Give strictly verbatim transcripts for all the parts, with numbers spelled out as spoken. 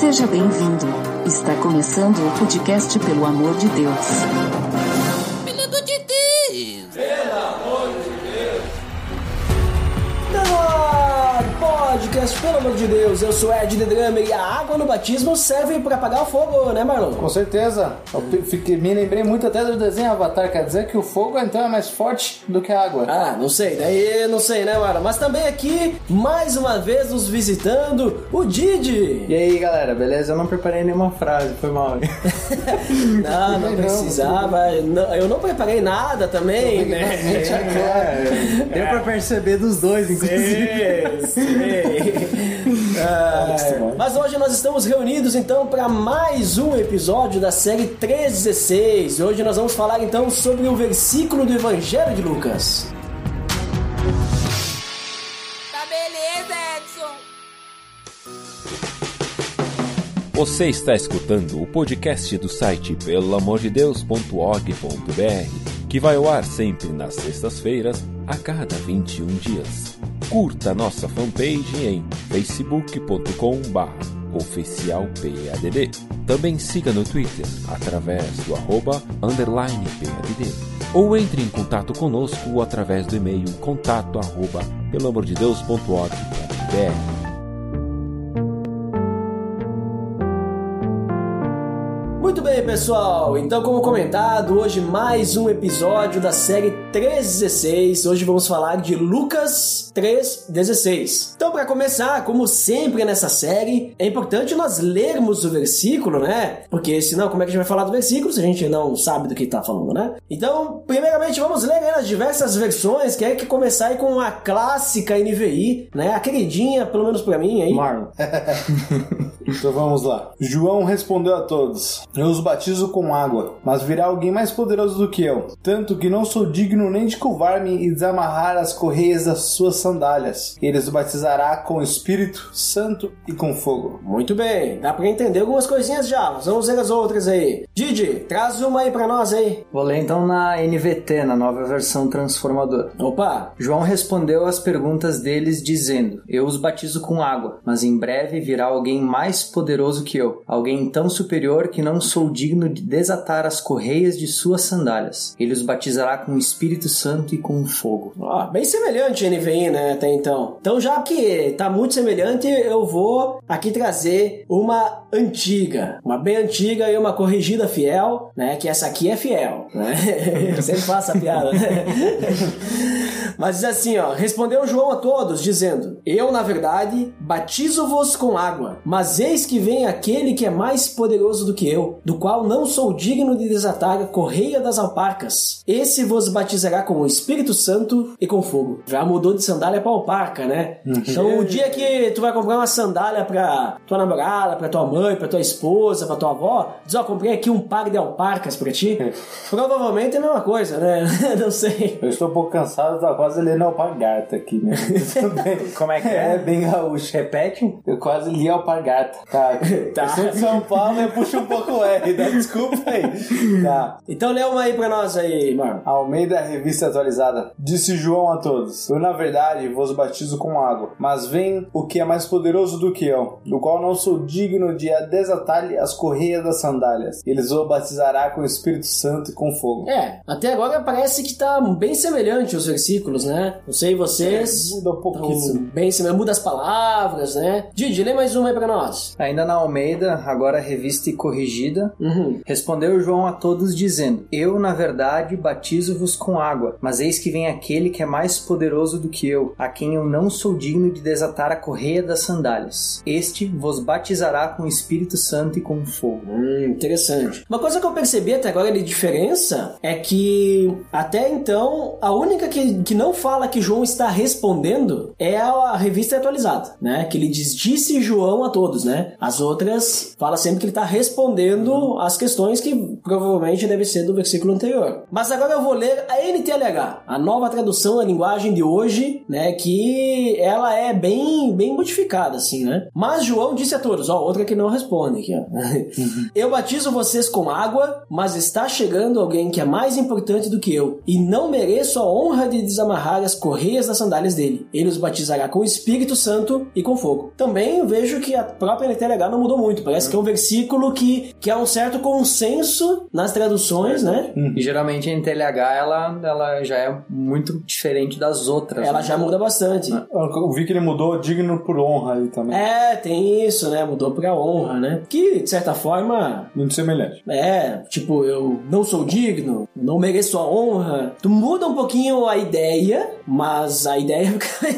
Seja bem-vindo. Está começando o podcast Pelo Amor de Deus. Pelo amor de Deus! Pelo amor de Deus! Não, podcast Pelo Amor de Deus. Eu sou Ed The Drummer e a água no batismo serve para apagar o fogo, né, Marlon? Com certeza. Eu fiquei, me lembrei muito até do desenho Avatar. Quer dizer que o fogo então é mais forte do que a água. Ah, não sei. Daí não sei, né, Marlon? Mas também aqui, mais uma vez, nos visitando, o Didi. E aí, galera, beleza? Eu não preparei nenhuma frase, foi mal. Não, não precisava. Não, eu não preparei nada também, né? É, deu pra perceber dos dois, inclusive. Sim, sim. Ah, mas hoje nós estamos reunidos então para mais um episódio da série trezentos e dezesseis. Hoje nós vamos falar então sobre o versículo do Evangelho de Lucas. Tá beleza, Edson. Você está escutando o podcast do site pelo amor de deus ponto org ponto br, que vai ao ar sempre nas sextas-feiras, a cada vinte e um dias. Curta nossa fanpage em facebook ponto com barra oficial P A D D. Também siga no Twitter através do arroba underline P A D D. Ou entre em contato conosco através do e-mail contato arroba pelo amor de deus ponto org ponto br. Muito bem, pessoal, então como comentado, hoje mais um episódio da série trezentos e dezesseis. Hoje vamos falar de Lucas três, dezesseis. Então, para começar, como sempre nessa série, é importante nós lermos o versículo, né? Porque senão, como é que a gente vai falar do versículo se a gente não sabe do que está falando, né? Então, primeiramente, vamos ler né, as diversas versões, que é que começar aí com a clássica N V I, né? A queridinha, pelo menos para mim aí. Marlon. Então vamos lá. João respondeu a todos: eu os batizo com água, mas virá alguém mais poderoso do que eu, tanto que não sou digno nem de curvar-me e desamarrar as correias das suas sandálias. Ele os batizará com o Espírito Santo e com fogo. Muito bem, dá pra entender algumas coisinhas já, mas vamos ver as outras aí. Didi, traz uma aí pra nós aí. Vou ler então na N V T, na nova versão transformadora. Opa! João respondeu às perguntas deles dizendo: eu os batizo com água, mas em breve virá alguém mais poderoso que eu, alguém tão superior que não sou digno de desatar as correias de suas sandálias. Ele os batizará com o Espírito Santo e com fogo. Ó, bem semelhante a N V I, né, até então. Então, já que tá muito semelhante, eu vou aqui trazer uma antiga, uma bem antiga e uma corrigida fiel, né, que essa aqui é fiel, né? Eu sempre faço a piada, né? Mas diz assim, ó: respondeu João a todos, dizendo: eu, na verdade, batizo-vos com água, mas eis que vem aquele que é mais poderoso do que eu, do qual não sou digno de desatar a correia das alparcas. Esse vos batizará com o Espírito Santo e com fogo. Já mudou de sandália pra alparca, né? Uhum. Então, o dia que tu vai comprar uma sandália pra tua namorada, pra tua mãe, pra tua esposa, pra tua avó, diz, ó, comprei aqui um par de alparcas pra ti. Provavelmente é a mesma coisa, né? Não sei. Eu estou um pouco cansado, tá quase lendo alpargata aqui, né? Como é que é? É bem gaúcho. Repete? Eu quase li alpargata. Tá. Tá. Eu sou de São Paulo e eu puxo um pouco o R, dá desculpa aí. Tá. Então lê uma aí pra nós aí, Marlon. Almeida, revista atualizada. Disse João a todos: eu, na verdade, vos batizo com água, mas vem o que é mais poderoso do que eu, do qual não sou digno de desatar-lhe as correias das sandálias. Eles o batizará com o Espírito Santo e com fogo. É, até agora parece que tá bem semelhante os versículos, né? Não sei vocês. É, muda um pouquinho. Bem semelhante, muda as palavras, né? Didi, lê mais uma aí pra nós. Ainda na Almeida, agora revista e corrigida, Uhum. respondeu João a todos dizendo: eu, na verdade, batizo-vos com água, mas eis que vem aquele que é mais poderoso do que eu, a quem eu não sou digno de desatar a correia das sandálias. Este vos batizará com o Espírito Santo e com fogo. Hum, interessante. Uma coisa que eu percebi até agora de diferença é que até então a única que, que não fala que João está respondendo é a revista atualizada, né? Que ele diz: disse João a todos, né? As outras fala sempre que ele está respondendo as questões que provavelmente deve ser do versículo anterior. Mas agora eu vou ler a N T L H, a nova tradução da linguagem de hoje, né? Que ela é bem, bem modificada, assim, né? Mas João disse a todos, ó, outra que não não responde aqui, ó. Eu batizo vocês com água, mas está chegando alguém que é mais importante do que eu, e não mereço a honra de desamarrar as correias das sandálias dele. Ele os batizará com o Espírito Santo e com fogo. Também vejo que a própria N T L H não mudou muito. Parece que é um versículo que, que há um certo consenso nas traduções, né? E geralmente a N T L H, ela, ela já é muito diferente das outras. Ela né? já muda bastante. Eu vi que ele mudou digno por honra aí também. É, tem isso, né? Mudou pra honra, né? Que, de certa forma... Muito semelhante. É, tipo, eu não sou digno, não mereço a honra. Tu muda um pouquinho a ideia, mas a ideia...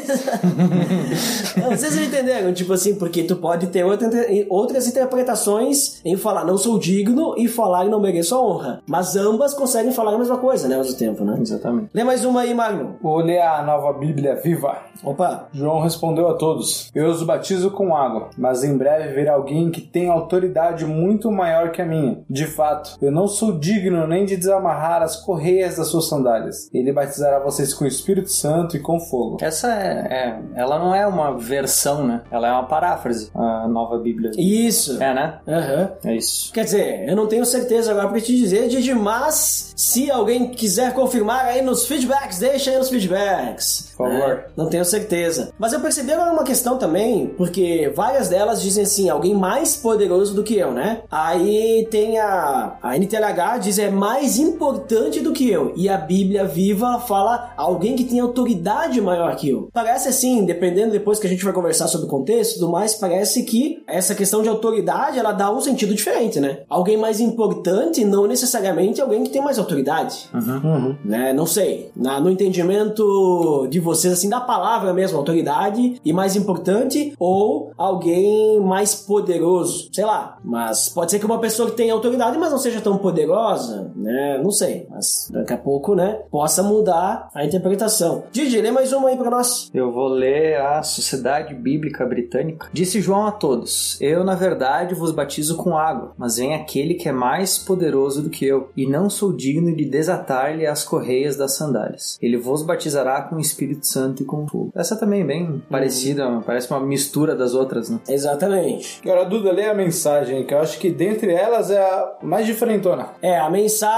Não sei se vocês entenderam, tipo assim, porque tu pode ter outra, outras interpretações em falar não sou digno e falar não mereço a honra. Mas ambas conseguem falar a mesma coisa, né, ao mesmo tempo, né? Exatamente. Lê mais uma aí, Magno. Vou ler a Nova Bíblia Viva. Opa. João respondeu a todos: eu os batizo com água, mas em breve virá alguém que tem autoridade muito maior que a minha. De fato, eu não sou digno nem de desamarrar as correias das suas sandálias. Ele batizará vocês com o Espírito Santo e com fogo. Essa é, é... Ela não é uma versão, né? Ela é uma paráfrase, a Nova Bíblia. Isso. É, né? Aham. É isso. Quer dizer, eu não tenho certeza agora pra te dizer, Didi, mas se alguém quiser confirmar aí nos feedbacks, deixa aí nos feedbacks. Por favor. É, não tenho certeza. Mas eu percebi agora uma questão também, porque várias delas dizem assim, alguém mais poderoso do que eu, né? Aí tem a, a N T L H diz é mais importante do que eu. E a Bíblia Viva fala alguém que tem autoridade maior que eu. Parece assim, dependendo depois que a gente vai conversar sobre o contexto e tudo mais, parece que essa questão de autoridade, ela dá um sentido diferente, né? Alguém mais importante não necessariamente alguém que tem mais autoridade. Uhum. Uhum. Né? Não sei. Na, no entendimento de vocês, assim, da palavra mesmo, autoridade e mais importante, ou alguém mais poderoso. Sei lá. Mas pode ser que uma pessoa que tenha autoridade, mas não seja tão poderosa, né? Não sei. Mas daqui a pouco, né? Possa mudar a interpretação. Didi, lê mais uma aí pra nós. Eu vou ler a Sociedade Bíblica Britânica. Disse João a todos: eu, na verdade, vos batizo com água, mas vem aquele que é mais poderoso do que eu, e não sou digno de desatar-lhe as correias das sandálias. Ele vos batizará com o Espírito Santo e com fogo. Essa também é bem uhum. parecida, parece uma mistura das outras, né? Exatamente. Agora, Duda, lê a mensagem, que eu acho que dentre elas é a mais diferentona. É, a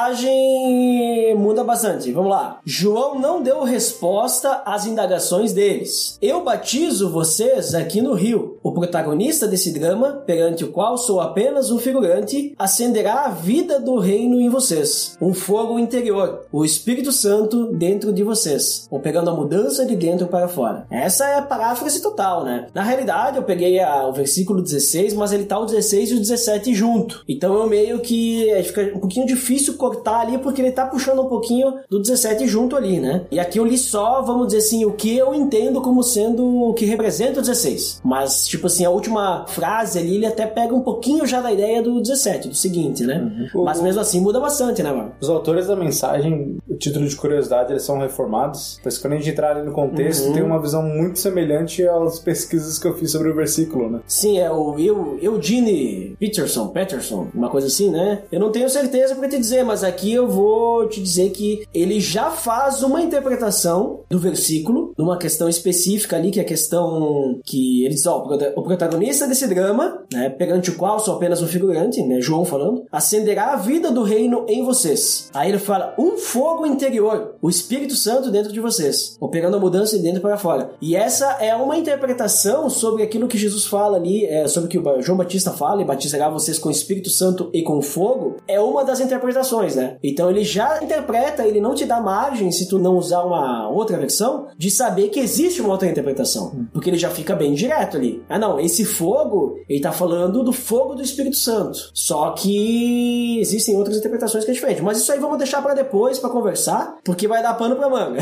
mensagem muda bastante. Vamos lá. João não deu resposta às indagações deles. Eu batizo vocês aqui no rio. O protagonista desse drama, perante o qual sou apenas um figurante, acenderá a vida do reino em vocês. Um fogo interior. O Espírito Santo dentro de vocês. Ou pegando a mudança de dentro para fora. Essa é a paráfrase total, né? Na realidade, eu peguei a, o versículo dezesseis, mas ele tá o dezesseis e o dezessete junto. Então eu meio que é, fica um pouquinho difícil cortar ali, porque ele tá puxando um pouquinho do dezessete junto ali, né? E aqui eu li só, vamos dizer assim, o que eu entendo como sendo o que representa o dezesseis. Mas, tipo assim, a última frase ali, ele até pega um pouquinho já da ideia do dezessete, do seguinte, né? Uhum. Mas mesmo assim muda bastante, né, mano? Os autores da mensagem, o título de curiosidade, eles são reformados. Mas quando a gente entrar ali no contexto, uhum. tem uma visão muito semelhante às pesquisas que eu fiz sobre o versículo, né? Sim, é o Eu, Eugene Peterson, Peterson, uma coisa assim, né? Eu não tenho certeza pra te dizer, mas aqui eu vou te dizer que ele já faz uma interpretação do versículo, numa questão específica ali, que é a questão que ele diz, ó, o protagonista desse drama, né, perante o qual sou apenas um figurante, né, João falando, acenderá a vida do reino em vocês. Aí ele fala, um fogo interior, o Espírito Santo dentro de vocês, operando a mudança de dentro para fora. E essa é uma interpretação sobre aquilo que Jesus fala ali, é, sobre o que o João Batista fala, e batizará vocês com o Espírito Santo e com fogo, é uma das interpretações, né? Então ele já interpreta, ele não te dá margem, se tu não usar uma outra versão, de saber que existe uma outra interpretação. Porque ele já fica bem direto ali. Ah não, esse fogo, ele tá falando do fogo do Espírito Santo. Só que existem outras interpretações que é diferente. Mas isso aí vamos deixar pra depois, pra conversar, porque vai dar pano pra manga.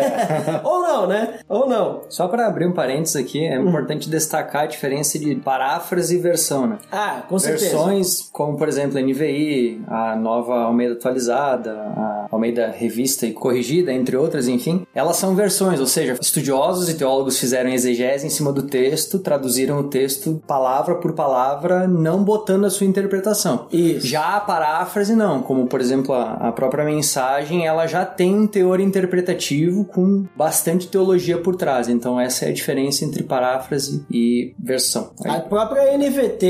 É. Ou não, né? Ou não. Só pra abrir um parênteses aqui, é hum. importante destacar a diferença de paráfrase e versão, né? Ah, com certeza. Versões como, por exemplo, a N V I, a nova Almeida atualizada, a a Almeida Revista e Corrigida, entre outras, enfim, elas são versões, ou seja, estudiosos e teólogos fizeram exegese em cima do texto, traduziram o texto palavra por palavra, não botando a sua interpretação. Isso. Já a paráfrase não, como por exemplo a, a própria mensagem, ela já tem um teor interpretativo com bastante teologia por trás, então essa é a diferença entre paráfrase e versão. A própria N V T,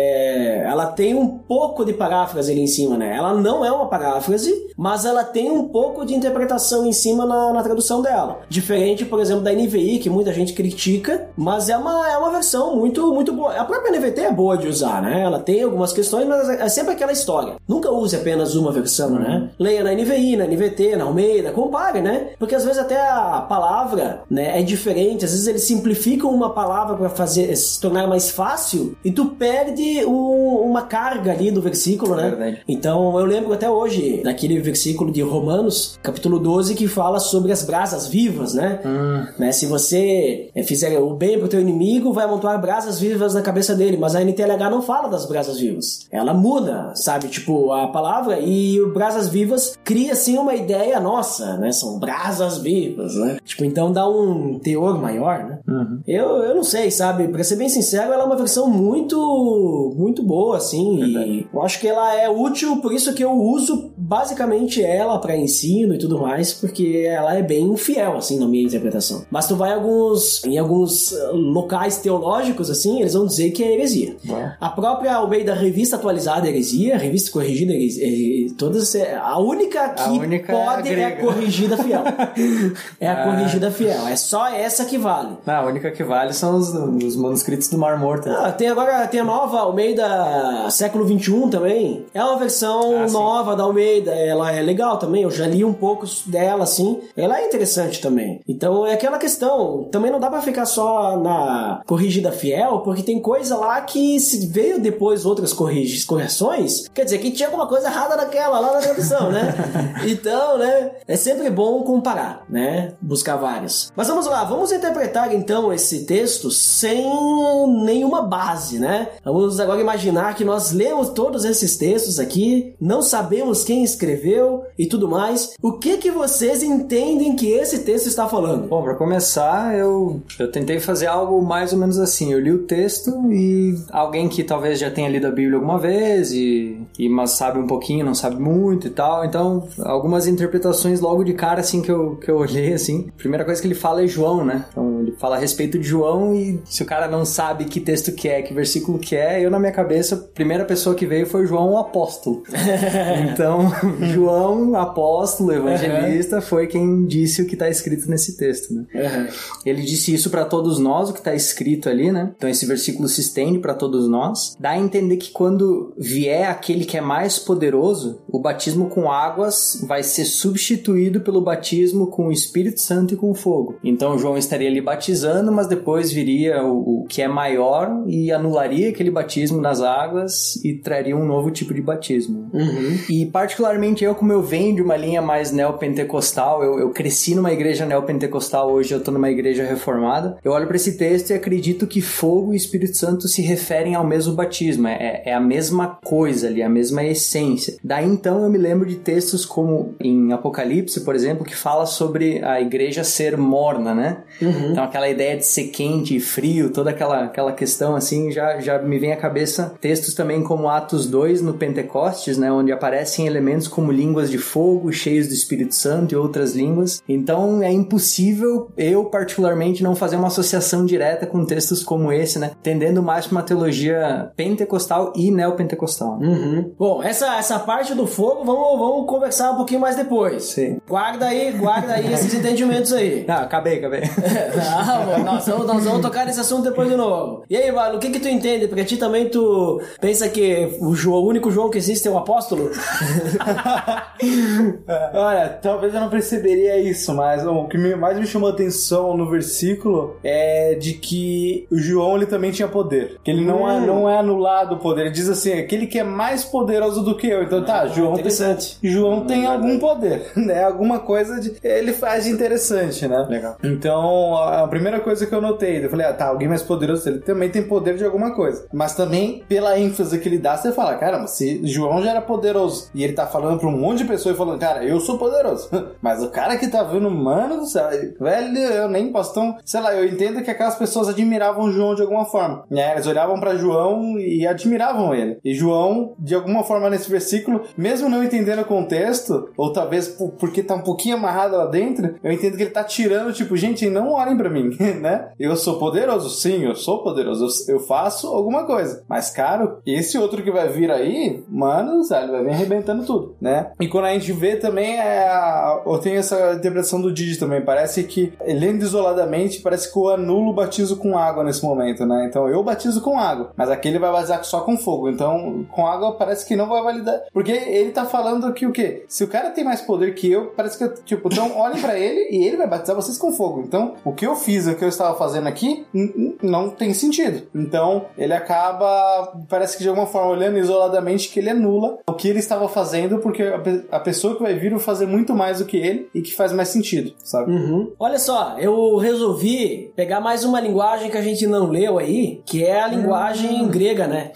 é, ela tem um pouco de paráfrase ali em cima, né? Ela não é uma paráfrase, mas ela tem um pouco de interpretação em cima na, na tradução dela. Diferente, por exemplo, da N V I, que muita gente critica, mas é uma, é uma versão muito, muito boa. A própria N V T é boa de usar, né? Ela tem algumas questões, mas é sempre aquela história. Nunca use apenas uma versão, né? Leia na N V I, na N V T, na Almeida, compare, né? Porque às vezes até a palavra, né, é diferente. Às vezes eles simplificam uma palavra para fazer se tornar mais fácil e tu perde um, uma carga ali do versículo, né? Verdade. Então eu lembro até hoje daquele versículo de Romanos, capítulo doze, que fala sobre as brasas vivas, né? Hum. né? Se você fizer o bem pro teu inimigo, vai amontoar brasas vivas na cabeça dele, mas a N T L H não fala das brasas vivas. Ela muda, sabe? Tipo, a palavra, e o brasas vivas cria, assim, uma ideia nossa, né? São brasas vivas, né? Tipo, então dá um teor maior, né? Uhum. Eu, eu não sei, sabe? Pra ser bem sincero, ela é uma versão muito, muito boa, assim, Verdade. E eu acho que ela é útil, por isso que eu uso basicamente ela pra ensino e tudo mais, porque ela é bem fiel, assim, na minha interpretação. Mas tu vai em alguns, em alguns locais teológicos, assim, eles vão dizer que é heresia. Ué. A própria Almeida Revista Atualizada é heresia, Revista Corrigida é heresia, todas, a única que a única pode é, é a Corrigida Fiel. É a ah. Corrigida Fiel, é só essa que vale. Ah, a única que vale são os, os manuscritos do Mar Morto. Ah, tem agora, tem a nova Almeida século vinte e um também, é uma versão ah, nova da Almeida, ela é legal também, eu já li um pouco dela, assim, ela é interessante também. Então é aquela questão, também não dá pra ficar só na Corrigida Fiel, porque tem coisa lá que se veio depois outras corrig- correções, quer dizer que tinha alguma coisa errada naquela, lá na tradução, né? Então, né, é sempre bom comparar, né, buscar vários. Mas vamos lá, vamos interpretar então esse texto sem nenhuma base, né? Vamos agora imaginar que nós lemos todos esses textos aqui, não sabemos quem escreveu e tudo mais. O que que vocês entendem que esse texto está falando? Bom, para começar, eu, eu tentei fazer algo mais ou menos assim. Eu li o texto e alguém que talvez já tenha lido a Bíblia alguma vez e, e mas sabe um pouquinho, não sabe muito e tal. Então, algumas interpretações logo de cara, assim, que eu, que eu olhei, assim. A primeira coisa que ele fala é João, né? Então, ele fala a respeito de João e se o cara não sabe que texto que é, que versículo que é, eu na minha cabeça, a primeira pessoa que veio foi João o apóstolo. Então, João, apóstolo, evangelista, uhum. foi quem disse o que está escrito nesse texto, né? Uhum. Ele disse isso para todos nós, o que está escrito ali, né? Então esse versículo se estende para todos nós. Dá a entender que quando vier aquele que é mais poderoso, o batismo com águas vai ser substituído pelo batismo com o Espírito Santo e com fogo. Então João estaria ali batizando, mas depois viria o, o que é maior e anularia aquele batismo nas águas e traria um novo tipo de batismo. Uhum. E particularmente eu, como eu venho de uma linha mais neopentecostal, eu, eu cresci numa igreja neopentecostal, hoje eu tô numa igreja reformada, eu olho para esse texto e acredito que fogo e Espírito Santo se referem ao mesmo batismo, é, é a mesma coisa ali, a mesma essência. Daí então eu me lembro de textos como em Apocalipse, por exemplo, que fala sobre a igreja ser morna, né? Uhum. Então aquela ideia de ser quente e frio, toda aquela, aquela questão assim, já, já me vem à cabeça textos também como Atos dois no Pentecostes, né? Onde aparecem elementos como línguas de fogo, cheios do Espírito Santo e outras línguas. Então é impossível eu particularmente não fazer uma associação direta com textos como esse, né? Tendendo mais para uma teologia pentecostal e neopentecostal. Uhum. Bom, essa, essa parte do fogo vamos, vamos conversar um pouquinho mais depois. Sim. Guarda aí, guarda aí esses entendimentos aí. Ah, acabei, acabei. Não, nós vamos, nós vamos tocar nesse assunto depois de novo. E aí, Valo, o que que tu entende? Porque a ti também tu pensa que o, João, o único João que existe é o apóstolo? Olha, talvez eu não perceberia isso, mas o que mais me chamou a atenção no versículo é de que o João ele também tinha poder. Que ele não, hum. é, não é anulado o poder. Ele diz assim, aquele que é mais poderoso do que eu. Então tá, João interessante. tem, João tem é algum poder, né? Alguma coisa de, ele faz de interessante, né? Legal. Então, a primeira coisa que eu notei. Eu falei, ah, tá, alguém mais poderoso, ele também tem poder de alguma coisa. Mas também, pela ênfase que ele dá, você fala, caramba, se João já era poderoso e ele tá falando pra um monte de pessoas e falando, cara, eu sou poderoso. Mas o cara que tá vendo, mano do céu, velho, eu nem posso. Então, sei lá, eu entendo que aquelas pessoas admiravam João de alguma forma. Né? Eles olhavam pra João e admiravam ele. E João, de alguma forma nesse versículo, mesmo não entendendo o contexto, ou talvez porque tá um pouquinho amarrado lá dentro, eu entendo que ele tá tirando, tipo, gente, não olhem pra mim, né? Eu sou poderoso, sim, eu sou poderoso, eu, eu faço alguma coisa. Mas, cara, esse outro que vai vir aí, mano, sabe, vai vir arrebentando tudo, né? E quando a gente vê também, é a, eu tenho essa interpretação do Didi também, parece que, lendo isoladamente, parece que eu anulo o batismo com água nesse momento, né? Então, eu batizo com água, mas aquele vai batizar só com fogo. Então, com água parece que não vai validar, porque ele tá falando que o quê? Se o cara tem mais poder que eu, parece que, tipo, então olhem pra ele e ele vai batizar vocês com fogo. Então, o que eu fiz, o que eu estava fazendo aqui, n- n- não tem sentido. Então, ele acaba, parece que de alguma forma, olhando isoladamente, que ele anula o que ele estava fazendo, porque a, pe- a pessoa que vai vir vai fazer muito mais do que ele e que faz mais sentido, sabe? Uhum. Olha só, eu resolvi pegar mais uma linguagem que a gente não leu aí, que é a linguagem grega, né?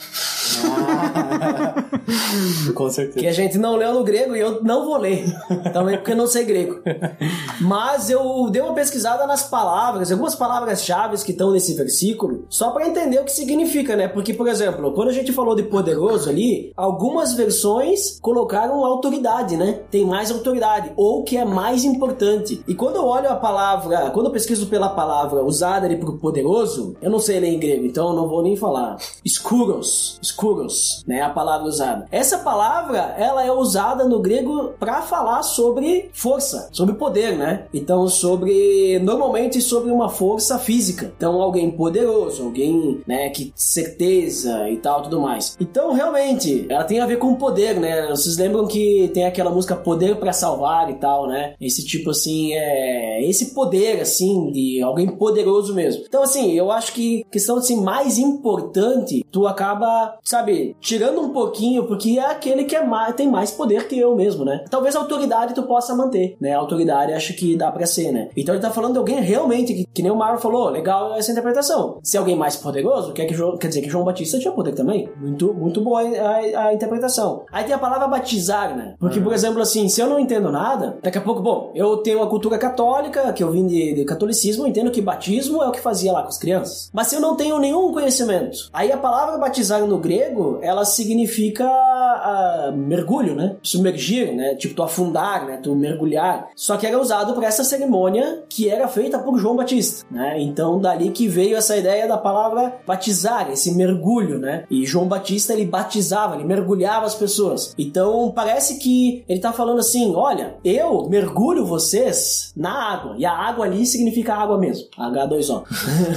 Com certeza. Que a gente não leu no grego e eu não vou ler também porque eu não sei grego, mas eu dei uma pesquisada nas palavras, algumas palavras-chave que estão nesse versículo, só para entender o que significa, né? Porque, por exemplo, quando a gente falou de poderoso ali, algumas versões colocaram autoridade, né? Tem mais autoridade, ou que é mais importante. E quando eu olho a palavra, quando eu pesquiso pela palavra usada ali pro poderoso, eu não sei ler em grego, então eu não vou nem falar. Skuros, skuros, né? A palavra usada. Essa palavra, ela é usada no grego para falar sobre força, sobre poder, né? Então, sobre, normalmente sobre uma força física. Então, alguém poderoso, alguém, né, que certeza e tal, tudo mais. Então, realmente, ela tem a ver com poder, né? Vocês lembram que tem aquela música Poder para Salvar e tal, né? Esse tipo, assim, é... esse poder, assim, de alguém poderoso mesmo. Então, assim, eu acho que questão, assim, mais importante, tu acaba, sabe, tirando um pouquinho, porque é aquele que é mais, tem mais poder que eu mesmo, né? Talvez a autoridade tu possa manter, né? A autoridade acho que dá pra ser, né? Então ele tá falando de alguém realmente, que, que nem o Mauro falou, legal essa interpretação. Se alguém mais poderoso, quer, que, quer dizer que João Batista tinha poder também. Muito, muito boa a, a interpretação. Aí tem a palavra batizar, né? Porque, por exemplo, assim, se eu não entendo nada, daqui a pouco, bom, eu tenho uma cultura católica, que eu vim de, de catolicismo, eu entendo que batismo é o que fazia lá com as crianças. Mas se eu não tenho nenhum conhecimento, aí a palavra batizar no grego, ela significa uh, mergulho, né? Submergir, né? Tipo, tu afundar, né? Tu mergulhar. Só que era usado para essa cerimônia que era feita por João Batista, né? Então, dali que veio essa ideia da palavra batizar, esse mergulho, né? E João Batista, ele batizava, ele mergulhava as pessoas. Então, parece que ele tá falando assim, olha, eu mergulho vocês na água. E a água ali significa água mesmo. H dois O.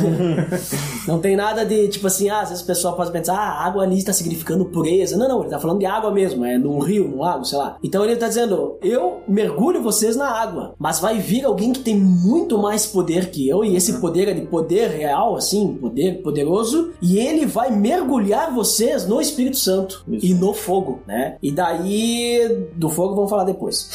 Não tem nada de, tipo assim, ah, às vezes o pessoal pode pensar, ah, a água ali está significando pureza. Não, não, ele tá falando de água mesmo, é num rio, num lago, sei lá. Então ele tá dizendo, eu mergulho vocês na água, mas vai vir alguém que tem muito mais poder que eu, e esse poder é de poder real, assim, poder poderoso, e ele vai mergulhar vocês no Espírito Santo. Isso. E no fogo, né? E daí, do fogo vamos falar depois.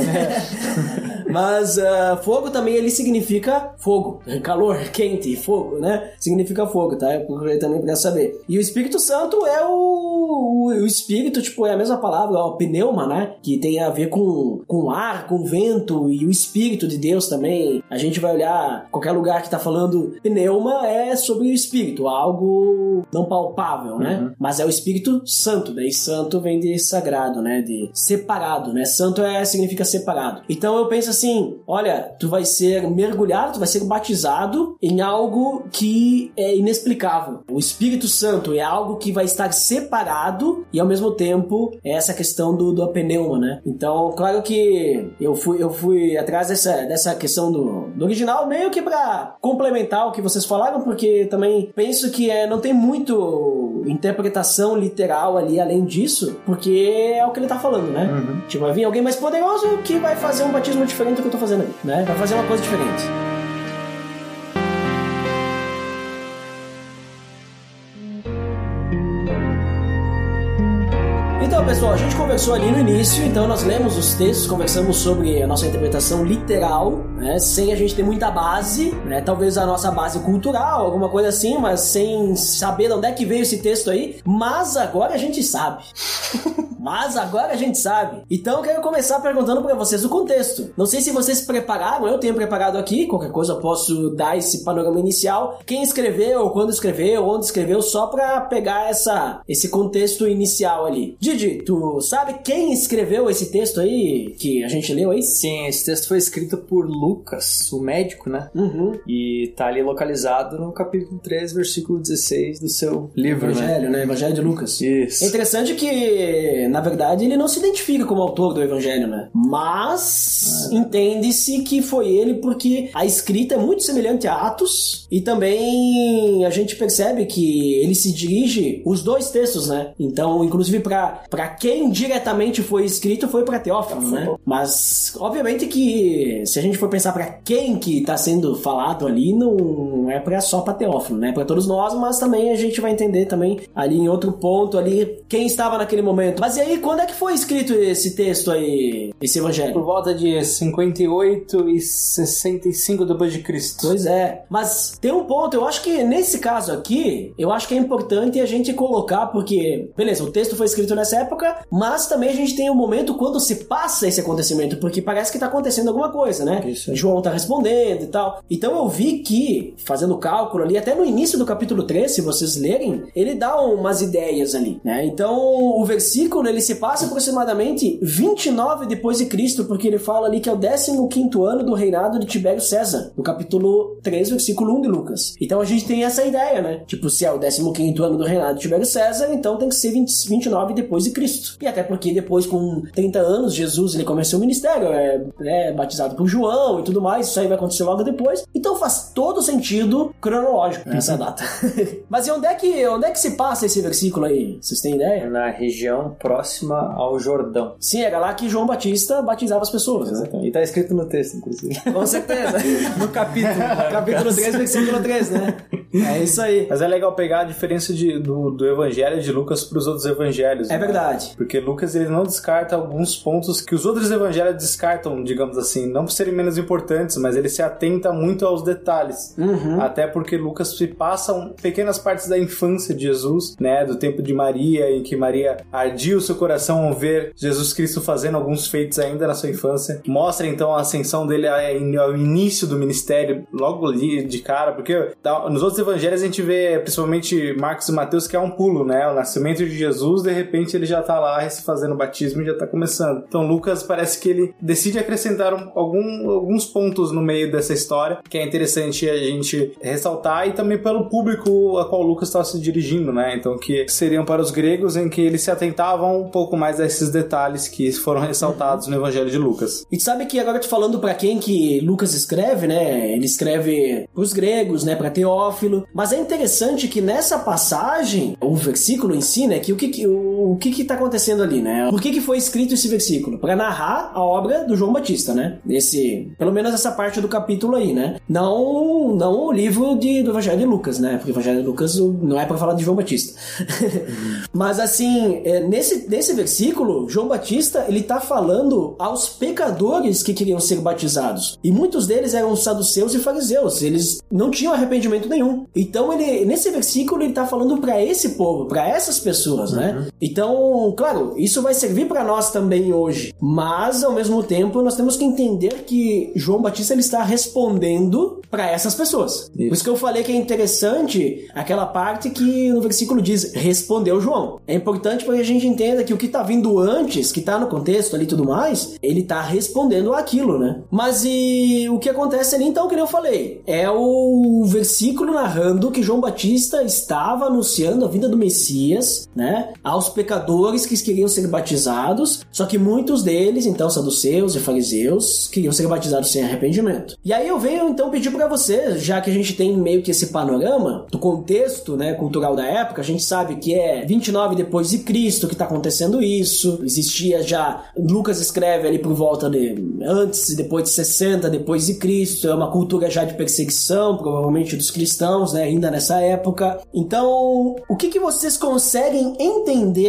Mas uh, fogo também, ele significa fogo, calor, quente, fogo, né? Significa fogo, tá? Eu procurei também pra saber. E o Espírito Santo é o, o, o Espírito, tipo, é a mesma palavra, o pneuma, né? Que tem a ver com, com ar, com vento, e o Espírito de Deus também. A gente vai olhar qualquer lugar que tá falando pneuma, é sobre o Espírito, algo não palpável, né? Uhum. Mas é o Espírito Santo, daí santo vem de sagrado, né? De separado, né? Santo é, significa separado. Então eu penso assim, olha, tu vai ser mergulhado, tu vai ser batizado em algo que é inexplicável. O Espírito Santo é algo que vai estar separado e ao mesmo tempo é essa questão do, do pneuma, né? Então, claro que eu fui, eu fui atrás dessa, dessa questão do, do original meio que pra complementar o que vocês falaram, porque também penso que é, não tem muito interpretação literal ali além disso, porque é o que ele tá falando, né? Uhum. Tipo, vai vir alguém mais poderoso que vai fazer um batismo diferente do que eu tô fazendo aqui, né? Vai fazer uma coisa diferente. Então, pessoal, a gente conversou ali no início, então nós lemos os textos, conversamos sobre a nossa interpretação literal, né? Sem a gente ter muita base, né? Talvez a nossa base cultural, alguma coisa assim, mas sem saber de onde é que veio esse texto aí. Mas agora a gente sabe. Mas agora a gente sabe. Então eu quero começar perguntando pra vocês o contexto. Não sei se vocês prepararam, eu tenho preparado aqui, qualquer coisa eu posso dar esse panorama inicial. Quem escreveu, quando escreveu, onde escreveu, só pra pegar essa, esse contexto inicial ali. Didi, tu sabe quem escreveu esse texto aí que a gente leu aí? Sim, esse texto foi escrito por Lucas, o médico, né? Uhum. E tá ali localizado no capítulo três, versículo dezesseis do seu livro, Evangelho, né? né? Evangelho de Lucas. Isso. É interessante que, na verdade, ele não se identifica como autor do Evangelho, né? Mas ah. entende-se que foi ele porque a escrita é muito semelhante a Atos e também a gente percebe que ele se dirige os dois textos, né? Então, inclusive, pra, pra quem diretamente foi escrito, foi pra Teófilo, né? Mas, obviamente que se a gente for pensar pra quem que tá sendo falado ali, não é pra, só pra Teófilo, né? Pra todos nós, mas também a gente vai entender também ali em outro ponto ali quem estava naquele momento. Mas e aí, quando é que foi escrito esse texto aí, esse evangelho? Por volta de cinquenta e oito e sessenta e cinco depois de Cristo. Pois é. Mas tem um ponto, eu acho que nesse caso aqui, eu acho que é importante a gente colocar, porque, beleza, o texto foi escrito nessa época, mas também a gente tem um momento quando se passa esse acontecimento, porque parece que tá acontecendo alguma coisa, né? Isso. João tá respondendo e tal. Então eu vi que, fazendo cálculo ali, até no início do capítulo três, se vocês lerem, ele dá umas ideias ali, né? Então o versículo, ele se passa aproximadamente vinte e nove depois de Cristo, porque ele fala ali que é o décimo quinto ano do reinado de Tibério César, no capítulo três, versículo um de Lucas. Então a gente tem essa ideia, né? Tipo, se é o décimo quinto ano do reinado de Tibério César, então tem que ser vinte, vinte e nove depois de Cristo. E até porque depois, com trinta anos, Jesus, ele começou o ministério, é, é batizado por João e tudo mais, isso aí vai acontecer logo depois. Então faz todo sentido cronológico essa data. Mas e onde é, que, onde é que se passa esse versículo aí? Vocês têm ideia? Na região próxima ao Jordão. Sim, era lá que João Batista batizava as pessoas, né? E tá escrito no texto, inclusive. Com certeza. No capítulo. Capítulo três, versículo três, né? É isso aí. Mas é legal pegar a diferença de, do, do evangelho de Lucas para os outros evangelhos. É, né? Verdade. Porque Lucas, ele não descarta alguns pontos que os outros evangelhos descartam, digamos assim, não por serem menos importantes, mas ele se atenta muito aos detalhes. Uhum. Até porque Lucas se passam pequenas partes da infância de Jesus, né? Do tempo de Maria, em que Maria ardia o seu coração ao ver Jesus Cristo fazendo alguns feitos ainda na sua infância. Mostra então a ascensão dele ao início do ministério, logo ali de cara, porque nos outros evangelhos a gente vê, principalmente Marcos e Mateus, que é um pulo, né? O nascimento de Jesus, de repente ele já tá lá se fazendo o batismo e já tá começando. Então Lucas parece que ele decide acrescentar um, algum, alguns pontos no meio dessa história, que é interessante a gente ressaltar, e também pelo público a qual Lucas estava se dirigindo, né? Então que seriam para os gregos, em que eles se atentavam um pouco mais a esses detalhes que foram ressaltados no evangelho de Lucas. E tu sabe que agora eu tô falando pra quem que Lucas escreve, né? Ele escreve pros gregos, né? Pra Teófilo. Mas é interessante que nessa passagem, o versículo em si, né? Que o que que, o, o que que tá acontecendo ali, né? Por que que foi escrito esse versículo? Pra narrar a obra do João Batista, né? Esse, pelo menos essa parte do capítulo aí, né? Não, não o livro de, do Evangelho de Lucas, né? Porque o Evangelho de Lucas não é pra falar de João Batista. Mas assim, é, nesse, nesse versículo, João Batista, ele tá falando aos pecadores que queriam ser batizados. E muitos deles eram saduceus e fariseus. Eles não tinham arrependimento nenhum. Então, ele, nesse versículo, ele tá falando pra esse povo, pra essas pessoas, né? Uhum. Então, claro, isso vai servir pra nós também hoje. Mas, ao mesmo tempo, nós temos que entender que João Batista, ele está respondendo pra essas pessoas. Isso. Por isso que eu falei que é interessante aquela parte que no versículo diz, respondeu João. É importante para que a gente entenda que o que tá vindo antes, que tá no contexto ali e tudo mais, ele tá respondendo aquilo, né? Mas e o que acontece ali, então, que eu falei, é o versículo narrando que João Batista estava anunciando a vinda do Messias, né? Aos pecadores que queriam ser batizados, só que muitos deles, então, saduceus e fariseus, queriam ser batizados sem arrependimento. E aí eu venho, então, pedir para vocês, já que a gente tem meio que esse panorama do contexto, né, cultural da época, a gente sabe que é vinte e nove depois de Cristo que tá acontecendo isso, existia já, Lucas escreve ali por volta de antes e depois de sessenta depois de Cristo, é uma cultura já de perseguição, provavelmente dos cristãos, né, ainda nessa época. Então, o que que vocês conseguem entender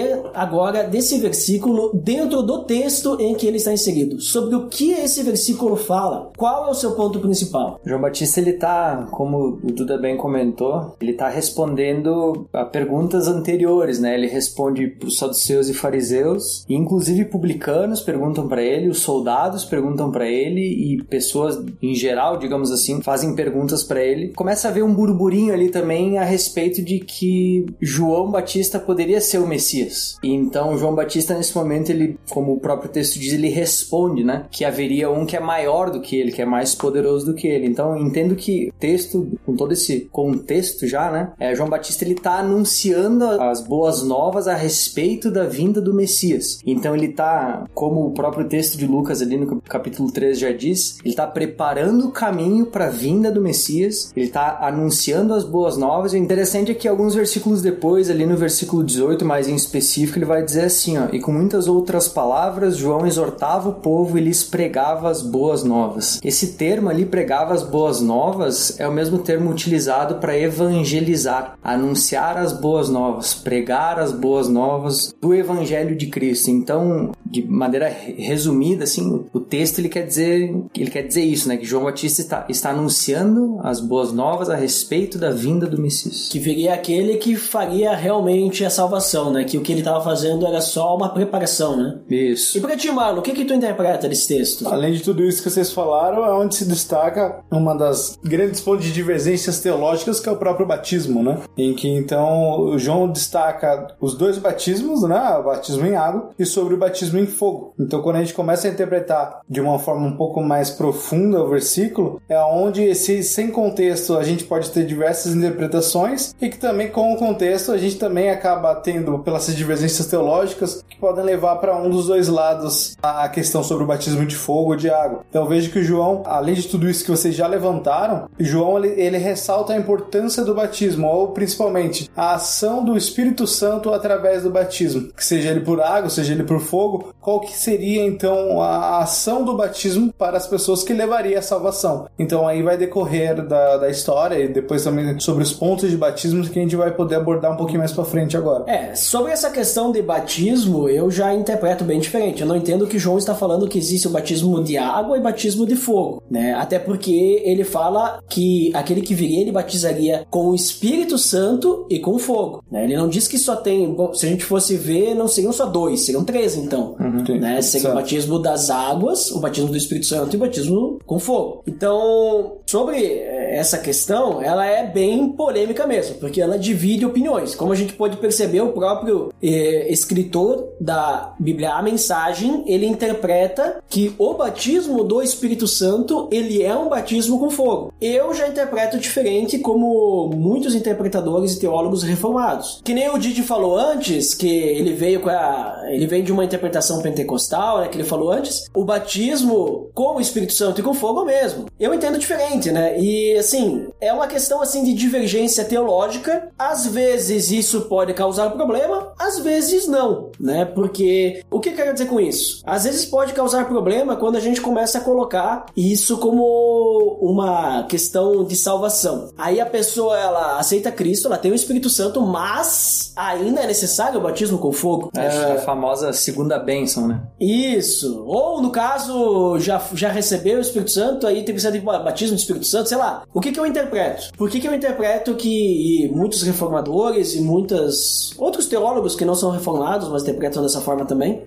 entender agora desse versículo dentro do texto em que ele está inserido. Sobre o que esse versículo fala, qual é o seu ponto principal? João Batista, ele tá, como o Duda bem comentou, ele tá respondendo a perguntas anteriores, né? Ele responde para os saduceus e fariseus, e inclusive publicanos perguntam para ele, os soldados perguntam para ele, e pessoas em geral, digamos assim, fazem perguntas para ele. Começa a haver um burburinho ali também a respeito de que João Batista poderia ser o Messias. E então João Batista, nesse momento, ele, como o próprio texto diz, ele responde, né, que haveria um que é maior do que ele, que é mais poderoso do que ele. Então entendo que o texto, com todo esse contexto já, né, é, João Batista, ele tá anunciando as boas novas a respeito da vinda do Messias. Então ele tá, como o próprio texto de Lucas ali no capítulo três já diz, ele tá preparando o caminho para a vinda do Messias, ele tá anunciando as boas novas. E o interessante é que alguns versículos depois, ali no versículo dezoito, mais em específico, ele vai dizer assim, ó, e com muitas outras palavras, João exortava o povo e lhes pregava as boas novas. Esse termo ali, pregava as boas novas, é o mesmo termo utilizado para evangelizar, anunciar as boas novas, pregar as boas novas do Evangelho de Cristo. Então, de maneira resumida, assim, o texto ele quer dizer, ele quer dizer isso, né, que João Batista está, está anunciando as boas novas a respeito da vinda do Messias. Que viria aquele que faria realmente a salvação, né, que o que ele estava fazendo era só uma preparação, né? Isso. E pra ti, Marlon, o que que tu interpreta desse texto? Além de tudo isso que vocês falaram, é onde se destaca uma das grandes fontes de divergências teológicas, que é o próprio batismo, né? Em que, então, João destaca os dois batismos, né? O batismo em água e sobre o batismo em fogo. Então, quando a gente começa a interpretar de uma forma um pouco mais profunda o versículo, é onde, esse, sem contexto, a gente pode ter diversas interpretações e que também, com o contexto, a gente também acaba tendo, pelas divergências teológicas, que podem levar para um dos dois lados a questão sobre o batismo de fogo ou de água. Então, vejo que João, além de tudo isso que vocês já levantaram, João, ele, ele ressalta a importância do batismo, ou principalmente a ação do Espírito Santo através do batismo, que seja ele por água, seja ele por fogo. Qual que seria então a ação do batismo para as pessoas que levaria à salvação? Então aí vai decorrer da, da história e depois também sobre os pontos de batismo que a gente vai poder abordar um pouquinho mais pra frente agora. É, sobre essa questão de batismo, eu já interpreto bem diferente. Eu não entendo que João está falando que existe o batismo de água e batismo de fogo, né? Até porque ele fala que aquele que viria, ele batizaria com o Espírito Santo e com fogo, né? Ele não diz que só tem... Bom, se a gente fosse ver, não seriam só dois, seriam três, então. Uhum, né? Seria certo. O batismo das águas, o batismo do Espírito Santo e o batismo com fogo. Então, sobre essa questão, ela é bem polêmica mesmo, porque ela divide opiniões. Como a gente pode perceber, o próprio eh, escritor da Bíblia, a Mensagem, ele interpreta que o batismo do Espírito Santo, ele é um batismo com fogo. Eu já interpreto diferente, como muitos interpretadores e teólogos reformados. Que nem o Didi falou antes, que ele veio com a, ele vem de uma interpretação pentecostal, né, que ele falou antes, o batismo com o Espírito Santo e com fogo mesmo. Eu entendo diferente, né? E assim, é uma questão assim de divergência teológica. Às vezes isso pode causar problema, às vezes não, né? Porque o que eu quero dizer com isso? Às vezes pode causar problema quando a gente começa a colocar isso como uma questão de salvação. Aí a pessoa, ela aceita Cristo, ela tem o Espírito Santo, mas ainda é necessário o batismo com fogo. É, é... a famosa segunda bênção, né? Isso. Ou, no caso, já, já recebeu o Espírito Santo, aí tem que ser de batismo do Espírito Santo, sei lá. O que que eu interpreto? Por que que eu interpreto que e muitos reformadores e muitos outros teólogos que não são reformados, mas interpretam dessa forma também,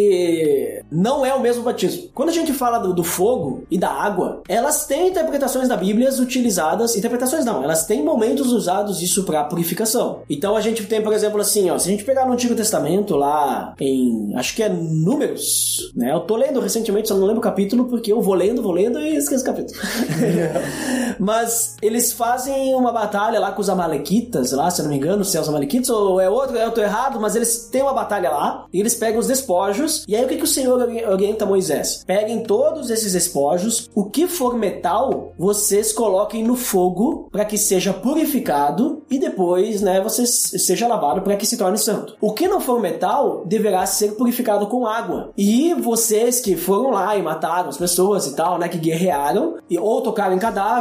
que não é o mesmo batismo. Quando a gente fala do, do fogo e da água, elas têm interpretações da Bíblia utilizadas, interpretações não, elas têm momentos usados isso para purificação. Então a gente tem, por exemplo, assim, ó, se a gente pegar no Antigo Testamento, lá em, acho que é Números, né? Eu tô lendo recentemente, só não lembro o capítulo, porque eu vou lendo, vou lendo e esqueço o capítulo. Mas eles fazem uma batalha lá com os amalequitas, lá, se eu não me engano, se é os amalequitas ou é outro, eu tô errado, mas eles têm uma batalha lá, e eles pegam os despojos, e aí o que que o Senhor orienta Moisés? Peguem todos esses despojos, o que for metal, vocês coloquem no fogo para que seja purificado e depois, né, vocês seja lavado para que se torne santo. O que não for metal deverá ser purificado com água. E vocês que foram lá e mataram as pessoas e tal, né, que guerrearam e, ou tocaram em cadáveres e tudo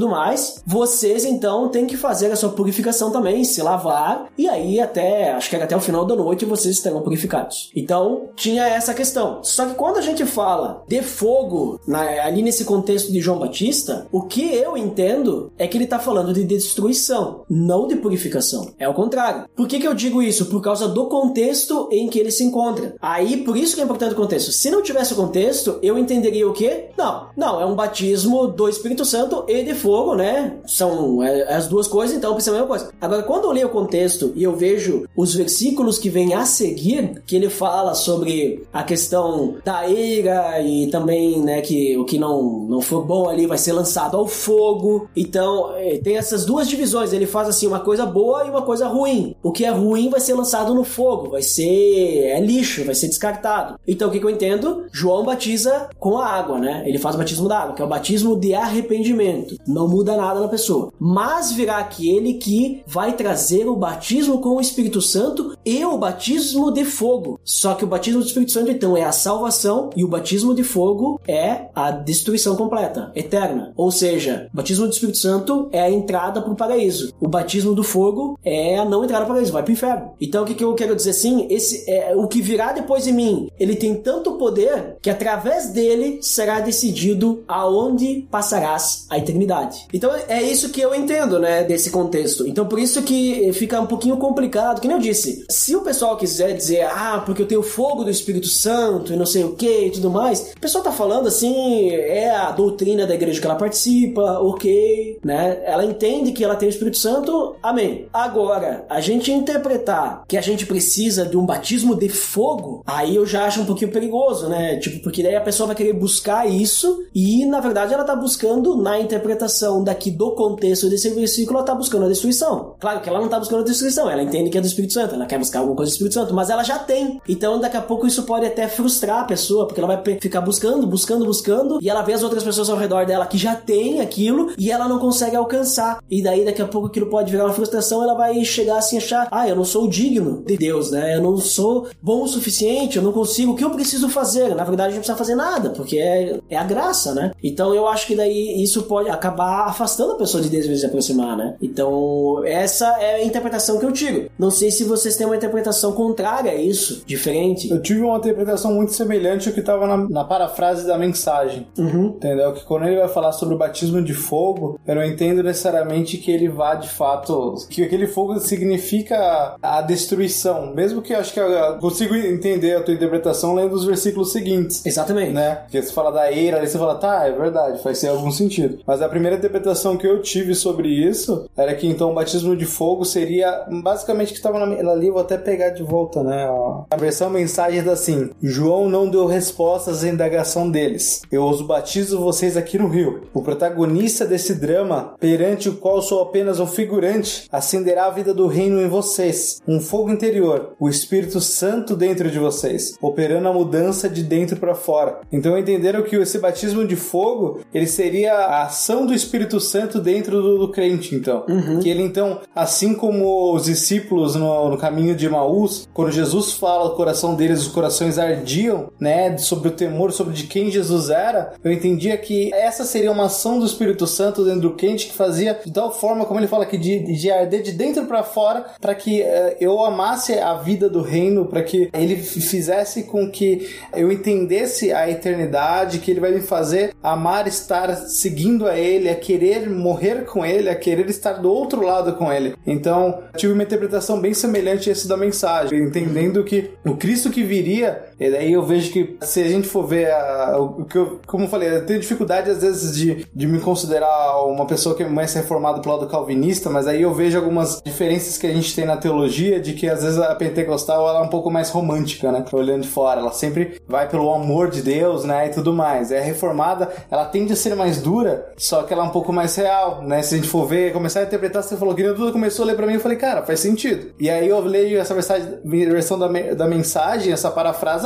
tudo mais, vocês então têm que fazer a sua purificação também, se lavar, e aí até, acho que era até o final da noite, vocês estarão purificados. Então, tinha essa questão. Só que quando a gente fala de fogo, na, ali nesse contexto de João Batista, o que eu entendo é que ele está falando de destruição, não de purificação. É o contrário. Por que que eu digo isso? Por causa do contexto em que ele se encontra. Aí, por isso que é importante o contexto. Se não tivesse o contexto, eu entenderia o quê? Não. Não, é um batismo do Espírito Santo e de fogo, né? São é, as duas coisas, então precisa a mesma coisa. Agora, quando eu leio o contexto e eu vejo os versículos que vêm a seguir, que ele fala sobre a questão da ira e também, né, que o que não, não for bom ali vai ser lançado ao fogo. Então, tem essas duas divisões. Ele faz assim, uma coisa boa e uma coisa ruim. O que é ruim vai ser lançado no fogo, vai ser é lixo, vai ser descartado. Então, o que, que eu entendo? João batiza com a água, né? Ele faz o batismo da água, que é o batismo de arrependimento. Não muda nada na pessoa. Mas virá aquele que vai trazer o batismo com o Espírito Santo e o batismo de fogo. Só que o batismo do Espírito Santo, então, é a salvação e o batismo de fogo é a destruição completa, eterna. Ou seja, o batismo do Espírito Santo é a entrada para o paraíso. O batismo do fogo é a não entrada para o paraíso, vai para o inferno. Então, o que, que eu quero dizer assim? Esse, é, o que virá depois de mim, ele tem tanto poder que através dele será decidido aonde passarás a eternidade. Então, é isso que eu entendo, né, desse contexto. Então, por isso que fica um pouquinho complicado, que nem eu disse. Se o pessoal quiser dizer, ah, porque eu tenho fogo do Espírito Santo e não sei o que e tudo mais, o pessoal tá falando assim, é a doutrina da igreja que ela participa, ok, né? Ela entende que ela tem o Espírito Santo, amém. Agora, a gente interpretar que a gente precisa de um batismo de fogo, aí eu já acho um pouquinho perigoso, né? Tipo, porque daí a pessoa vai querer buscar isso e, na verdade, ela tá buscando, na interpretação daqui do contexto desse versículo, ela tá buscando a destruição. Claro que ela não tá buscando a destruição, ela entende que é do Espírito Santo, ela quer buscar alguma coisa do Espírito Santo, mas ela já tem. Então, daqui a pouco, isso pode até frustrar a pessoa, porque ela vai ficar buscando, buscando, buscando, e ela vê as outras pessoas ao redor dela que já tem aquilo, e ela não consegue alcançar. E daí, daqui a pouco, aquilo pode virar uma frustração, ela vai chegar assim, achar, ah, eu não sou digno de Deus, né? Eu não sou bom o suficiente, eu não consigo, o que eu preciso fazer? Na verdade, a gente não precisa fazer nada, porque é, é a graça, né? Então, eu acho que daí isso pode acabar afastando a pessoa de Deus de se aproximar, né? Então, essa é a interpretação que eu tiro. Não sei se vocês têm uma interpretação contrária a isso, diferente. Eu tive uma interpretação muito semelhante ao que estava na, na parafrase da mensagem. Uhum. Entendeu? Que quando ele vai falar sobre o batismo de fogo, eu não entendo necessariamente que ele vá de fato, que aquele fogo significa a destruição. Mesmo que eu acho que eu consigo entender a tua interpretação lendo os versículos seguintes. Exatamente. Né? Porque você fala da eira, aí você fala, tá, é verdade, faz algum sentido. Mas a primeira interpretação que eu tive sobre isso era que então o batismo de fogo seria basicamente que estava na ali, vou até pegar de volta, né? Ó. A versão mensagem é assim: João não deu respostas à indagação deles. Eu os batizo vocês aqui no rio. O protagonista desse drama, perante o qual sou apenas um figurante, acenderá a vida do reino em vocês. Um fogo interior, o Espírito Santo dentro de vocês, operando a mudança de dentro para fora. Então entenderam que esse batismo de fogo, ele seria a ação do Espírito Santo dentro do, do crente, então. Uhum. Que ele, então, assim como os discípulos no, no caminho de Emaús, quando Jesus fala o coração deles, os corações ardiam, né, sobre o temor, sobre de quem Jesus era, eu entendia que essa seria uma ação do Espírito Santo dentro do crente que fazia de tal forma, como ele fala aqui, de, de arder de dentro para fora, para que uh, eu amasse a vida do reino, para que ele fizesse com que eu entendesse a eternidade, que ele vai me fazer amar estar seguindo a ele, a querer morrer com ele, a querer estar do outro lado com ele. Então, tive uma interpretação bem semelhante a essa da mensagem, entendendo que o Cristo que viria, e daí eu vejo que se a gente for ver a, o que eu, como eu falei, eu tenho dificuldade às vezes de, de me considerar uma pessoa que é mais reformada pro lado calvinista, mas aí eu vejo algumas diferenças que a gente tem na teologia, de que às vezes a pentecostal ela é um pouco mais romântica, né, olhando de fora, ela sempre vai pelo amor de Deus, né, e tudo mais. É a reformada, ela tende a ser mais dura, só que ela é um pouco mais real, né, se a gente for ver, começar a interpretar, você falou que a Duda começou a ler pra mim, eu falei, cara, faz sentido. E aí eu leio essa versão da, da mensagem, essa parafrase,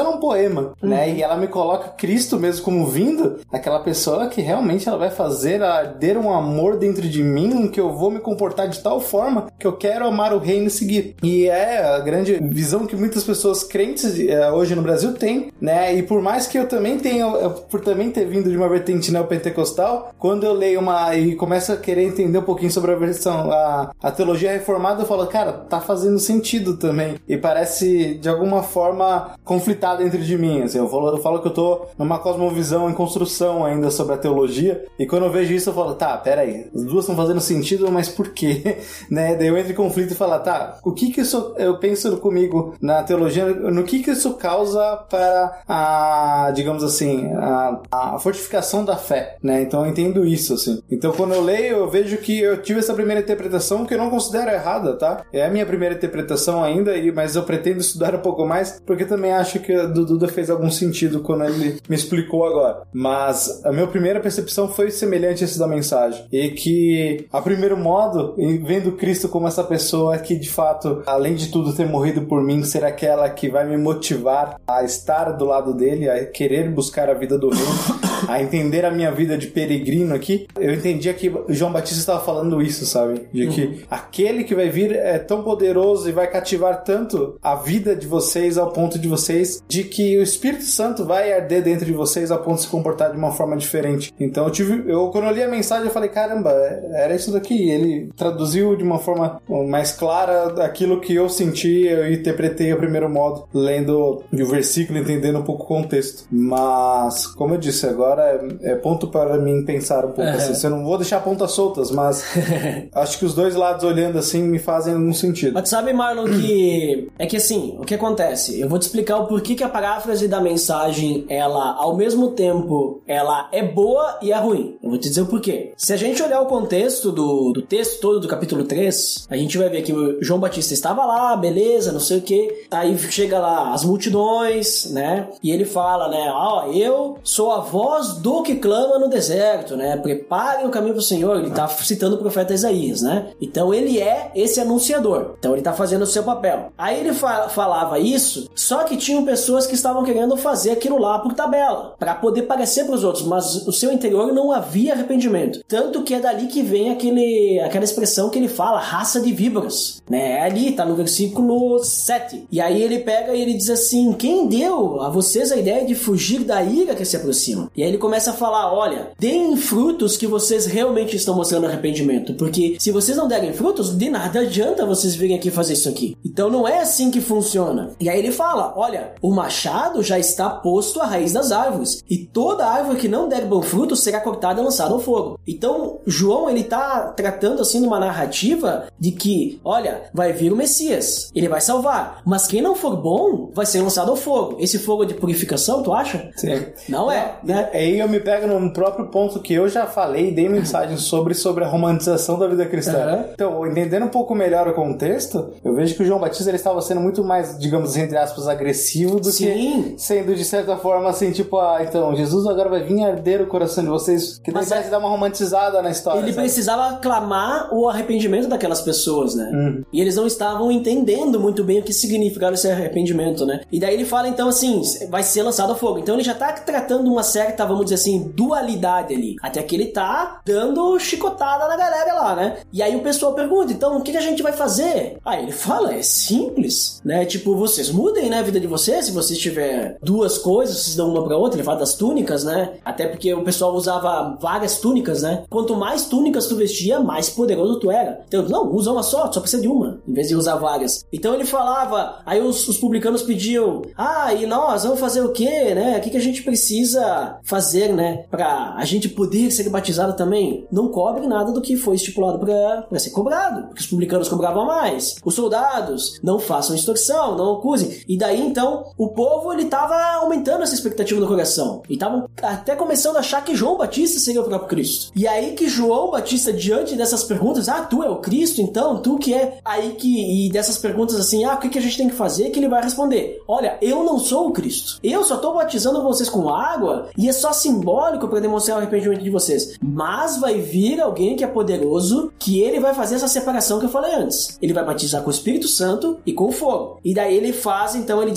era um poema, uhum. né? E ela me coloca Cristo mesmo como vindo, aquela pessoa que realmente ela vai fazer arder um amor dentro de mim, que eu vou me comportar de tal forma que eu quero amar o reino e seguir. E é a grande visão que muitas pessoas crentes uh, hoje no Brasil têm, né? E por mais que eu também tenha, por também ter vindo de uma vertente neopentecostal, quando eu leio uma e começo a querer entender um pouquinho sobre a versão, a, a teologia reformada, eu falo, cara, tá fazendo sentido também. E parece, de alguma forma, conflitado dentro de mim. Assim, eu, falo, eu falo que eu tô numa cosmovisão em construção ainda sobre a teologia, e quando eu vejo isso, eu falo, tá, peraí, as duas estão fazendo sentido, mas por quê? Né? Daí eu entro em conflito e falo, tá, o que que isso, eu penso comigo na teologia, no que que isso causa para a, digamos assim, a, a fortificação da fé, né? Então eu entendo isso, assim. Então quando eu leio, eu vejo que eu tive essa primeira interpretação, que eu não considero errada, tá? É a minha primeira interpretação ainda, mas eu pretendo estudar um pouco mais, porque também acho que o Duda fez algum sentido quando ele me explicou agora. Mas a minha primeira percepção foi semelhante a essa da mensagem. E que, a primeiro modo, vendo Cristo como essa pessoa que, de fato, além de tudo ter morrido por mim, ser aquela que vai me motivar a estar do lado dele, a querer buscar a vida do reino, a entender a minha vida de peregrino aqui, eu entendia que João Batista estava falando isso, sabe? De que uhum. aquele que vai vir é tão poderoso e vai cativar tanto a vida de vocês ao ponto de vocês, de que o Espírito Santo vai arder dentro de vocês ao ponto de se comportar de uma forma diferente. Então eu tive, eu, quando eu li a mensagem eu falei, caramba, era isso daqui. Ele traduziu de uma forma mais clara aquilo que eu senti, eu interpretei a primeiro modo, lendo o versículo, entendendo um pouco o contexto. Mas, como eu disse, agora é, é ponto para mim pensar um pouco uhum. assim. Eu não vou deixar pontas soltas, mas acho que os dois lados olhando assim me fazem um sentido. Mas sabe, Marlon, que é que assim, o que acontece? Eu vou te explicar o porquê que a paráfrase da mensagem, ela, ao mesmo tempo, ela é boa e é ruim. Eu vou te dizer o porquê. Se a gente olhar o contexto do, do texto todo do capítulo três, a gente vai ver que o João Batista estava lá, beleza, não sei o que. Aí chega lá as multidões, né? E ele fala, né? Ó, oh, eu sou a voz do que clama no deserto, né? Preparem o caminho pro Senhor. Ele tá citando o profeta Isaías, né? Então ele é esse anunciador. Então ele tá fazendo o seu papel. Aí ele fa- falava isso, só que tinham pessoas que estavam querendo fazer aquilo lá por tabela, para poder parecer pros outros, mas o seu interior não havia arrependimento. Tanto que é dali que vem aquele, aquela expressão que ele fala, raça de víboras, né? É ali, tá no versículo sete. E aí ele pega e ele diz assim, quem deu a vocês a ideia de fugir da ira que se aproxima? E aí ele começa a falar, olha, deem frutos que vocês realmente estão mostrando arrependimento, porque se vocês não derem frutos, de nada adianta vocês virem aqui fazer isso aqui. Então não é assim que funciona. E aí ele fala, olha, o machado já está posto à raiz das árvores, e toda árvore que não der bom fruto será cortada e lançada ao fogo. Então João, ele tá tratando assim numa narrativa de que, olha, vai vir o Messias, ele vai salvar, mas quem não for bom vai ser lançado ao fogo. Esse fogo é de purificação, tu acha? Sim. Não é, né? Aí eu me pego no próprio ponto que eu já falei, dei mensagem sobre, sobre a romantização da vida cristã. Uhum. Então, entendendo um pouco melhor o contexto, eu vejo que o João Batista, ele estava sendo muito mais, digamos, entre aspas, agressivo do Sim. que sendo, de certa forma, assim, tipo, ah, então, Jesus agora vai vir arder o coração de vocês, que daí vai dar uma romantizada na história. Ele sabe? precisava clamar o arrependimento daquelas pessoas, né? Uhum. E eles não estavam entendendo muito bem o que significava esse arrependimento, né? E daí ele fala, então, assim, vai ser lançado ao fogo. Então ele já tá tratando uma certa, vamos dizer assim, dualidade ali. Até que ele tá dando chicotada na galera lá, né? E aí o pessoal pergunta, então, o que a gente vai fazer? Aí ele fala, é simples, né? Tipo, vocês mudem, né, a vida de vocês. Se vocês tiver duas coisas, vocês dão uma pra outra. Ele fala das túnicas, né? Até porque o pessoal usava várias túnicas, né? Quanto mais túnicas tu vestia, mais poderoso tu era. Então, não, usa uma só, só precisa de uma, em vez de usar várias. Então ele falava, aí os, os publicanos pediam, ah, e nós vamos fazer o quê, né? O que, que a gente precisa fazer, né? Pra a gente poder ser batizado também? Não cobre nada do que foi estipulado pra, pra ser cobrado, porque os publicanos cobravam mais. Os soldados, não façam extorsão, não acusem. E daí, então, o povo, ele tava aumentando essa expectativa no coração. E estavam até começando a achar que João Batista seria o próprio Cristo. E aí que João Batista, diante dessas perguntas, ah, tu é o Cristo, então? Tu que é? Aí que, e dessas perguntas assim, ah, o que, que a gente tem que fazer? Que ele vai responder, olha, eu não sou o Cristo. Eu só tô batizando vocês com água e é só simbólico para demonstrar o arrependimento de vocês. Mas vai vir alguém que é poderoso, que ele vai fazer essa separação que eu falei antes. Ele vai batizar com o Espírito Santo e com fogo. E daí ele faz, então ele diz assim, ó,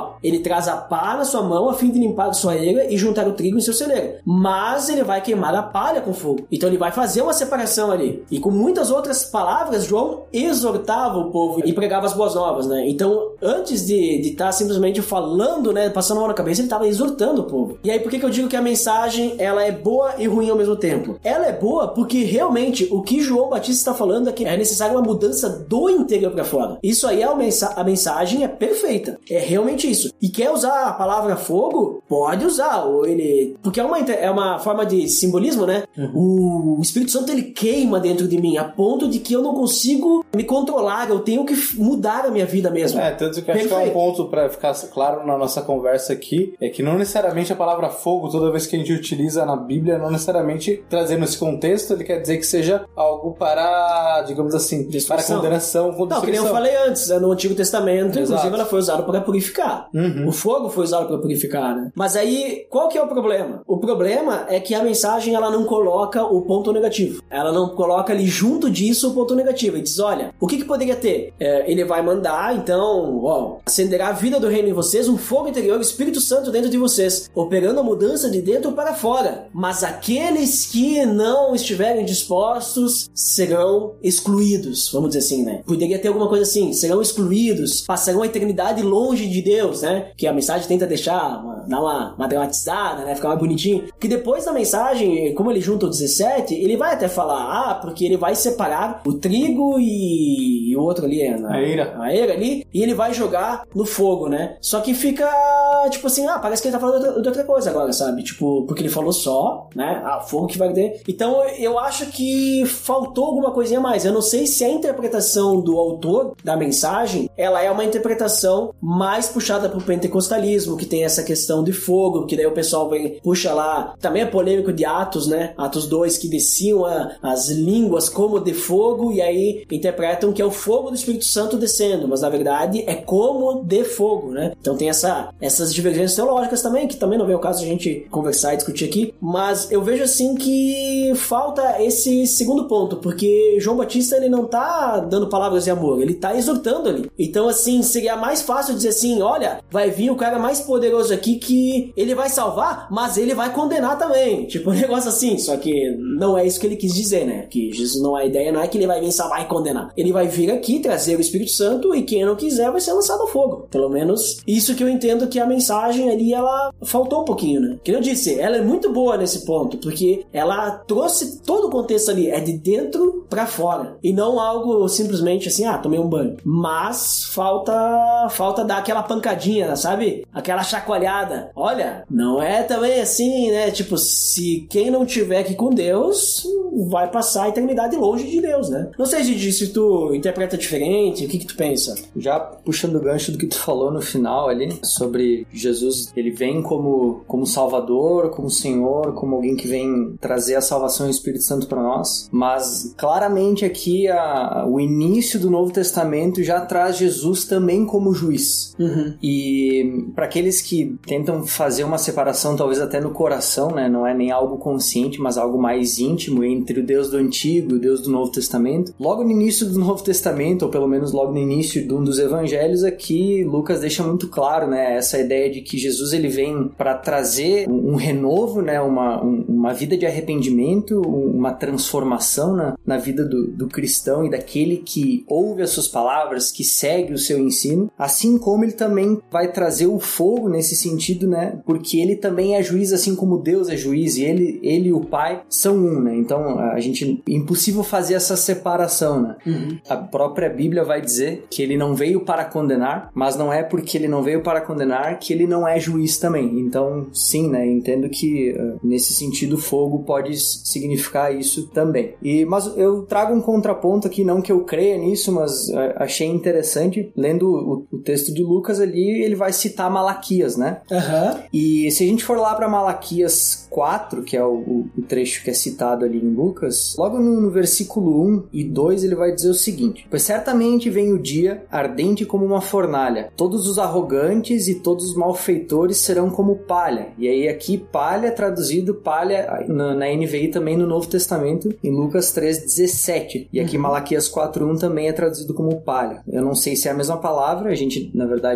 ó, ele traz a pá na sua mão a fim de limpar a sua eira e juntar o trigo em seu celeiro. Mas ele vai queimar a palha com fogo. Então ele vai fazer uma separação ali. E com muitas outras palavras, João exortava o povo e pregava as boas novas, né? Então, antes de estar tá simplesmente falando, né, passando a mão na cabeça, ele estava exortando o povo. E aí, por que que eu digo que a mensagem, ela é boa e ruim ao mesmo tempo? Ela é boa porque, realmente, o que João Batista está falando é que é necessário uma mudança do interior para fora. Isso aí, é a, mensa- a mensagem é perfeita. É realmente isso. E quer usar a palavra fogo? Pode usar. Ou ele... Porque é uma, é uma forma de simbolismo, né? Uhum. O Espírito Santo, ele queima dentro de mim, a ponto de que eu não consigo me controlar, eu tenho que mudar a minha vida mesmo. É, tanto que eu acho que é um ponto pra ficar claro na nossa conversa aqui, é que não necessariamente a palavra fogo, toda vez que a gente utiliza na Bíblia, não necessariamente trazendo esse contexto, ele quer dizer que seja algo para, digamos assim, destruição. Para condenação, com não, que nem eu falei antes, no Antigo Testamento, Exato. Inclusive ela foi usada para purificar. Uhum. O fogo foi usado para purificar, né? Mas aí, qual que é o problema? O problema é que a mensagem, ela não coloca o ponto negativo. Ela não coloca ali junto disso o ponto negativo. E diz, olha, o que que poderia ter? É, ele vai mandar, então, ó, acenderá a vida do reino em vocês, um fogo interior, o Espírito Santo dentro de vocês, operando a mudança de dentro para fora. Mas aqueles que não estiverem dispostos serão excluídos, vamos dizer assim, né? Poderia ter alguma coisa assim, serão excluídos, passarão a eternidade longe de Deus, né? Que a mensagem tenta deixar, uma, dar uma, uma dramatizada, né? Ficar mais bonitinho. Que depois da mensagem, como ele junta o dezessete, ele vai até falar, ah, porque ele vai separar o trigo e, e o outro ali, na, a eira. a eira ali, e ele vai jogar no fogo, né? Só que fica, tipo assim, ah, parece que ele tá falando de outra, de outra coisa agora, sabe? Tipo, porque ele falou só, né? Ah, fogo que vai ter. Então, eu acho que faltou alguma coisinha a mais. Eu não sei se a interpretação do autor da mensagem, ela é uma interpretação mais puxada pro pentecostalismo, que tem essa questão de fogo, que daí o pessoal vem, puxa lá, também é polêmico de Atos, né? Atos dois, que desciam a, as línguas como de fogo, e aí interpretam que é o fogo do Espírito Santo descendo, mas na verdade é como de fogo, né? Então tem essa, essas divergências teológicas também, que também não vem ao caso de a gente conversar e discutir aqui, mas eu vejo assim que falta esse segundo ponto, porque João Batista, ele não tá dando palavras de amor, ele tá exortando ali. Então assim, seria mais fácil dizer assim, olha, vai vir o cara mais poderoso aqui que ele vai salvar, mas ele vai condenar também, tipo um negócio assim, só que não é isso que ele quis dizer, né? Que Jesus, não, a ideia não é que ele vai vir salvar e condenar, ele vai vir aqui trazer o Espírito Santo e quem não quiser vai ser lançado ao fogo. Pelo menos isso que eu entendo, que a mensagem ali, ela faltou um pouquinho, né? Que eu disse, ela é muito boa nesse ponto, porque ela trouxe todo o contexto ali, é de dentro pra fora, e não algo simplesmente assim, ah, tomei um banho. Mas falta falta dar aquela pancadinha, sabe? Aquela chacoalhada. Olha, não é também assim, né? Tipo, se quem não tiver aqui com Deus vai passar a eternidade longe de Deus, né? Não sei, Gigi, se tu interpreta diferente, o que que tu pensa? Já puxando o gancho do que tu falou no final ali, sobre Jesus, ele vem como, como Salvador, como Senhor, como alguém que vem trazer a salvação e o Espírito Santo para nós, mas claramente aqui a, o início do Novo Testamento já traz Jesus também como juiz. Uhum. E para aqueles que tentam fazer uma separação, talvez até no coração, né? Não é nem algo consciente, mas algo mais íntimo entre o Deus do Antigo e o Deus do Novo Testamento. Logo no início do Novo Testamento, ou pelo menos logo no início de um dos evangelhos, aqui Lucas deixa muito claro, né? Essa ideia de que Jesus, ele vem para trazer um renovo, né? Uma, um, uma vida de arrependimento, uma transformação na, na vida do, do cristão e daquele que ouve as suas palavras, que segue o seu ensino, assim como ele também vai trazer o fogo nesse sentido, né? Porque ele também é juiz, assim como Deus é juiz, e ele, ele e o Pai são um, né? Então, a gente, é impossível fazer essa separação, né? Uhum. A própria Bíblia vai dizer que ele não veio para condenar, mas não é porque ele não veio para condenar que ele não é juiz também. Então, sim, né? Entendo que uh, nesse sentido o fogo pode significar isso também. E, mas eu trago um contraponto aqui, não que eu creia nisso, mas uh, achei interessante, lendo o, o texto de Lucas ali, ele vai citar Malaquias, né? Uhum. E se a gente for lá para Malaquias quatro, que é o, o, o trecho que é citado ali em Lucas, logo no, no versículo um e dois ele vai dizer o seguinte: pois certamente vem o dia ardente como uma fornalha, todos os arrogantes e todos os malfeitores serão como palha. E aí aqui palha traduzido palha na, na N V I também no Novo Testamento, em Lucas três, dezessete. E aqui uhum. Malaquias quatro, um também é traduzido como palha. Eu não sei se é a mesma palavra, a gente, na verdade... É que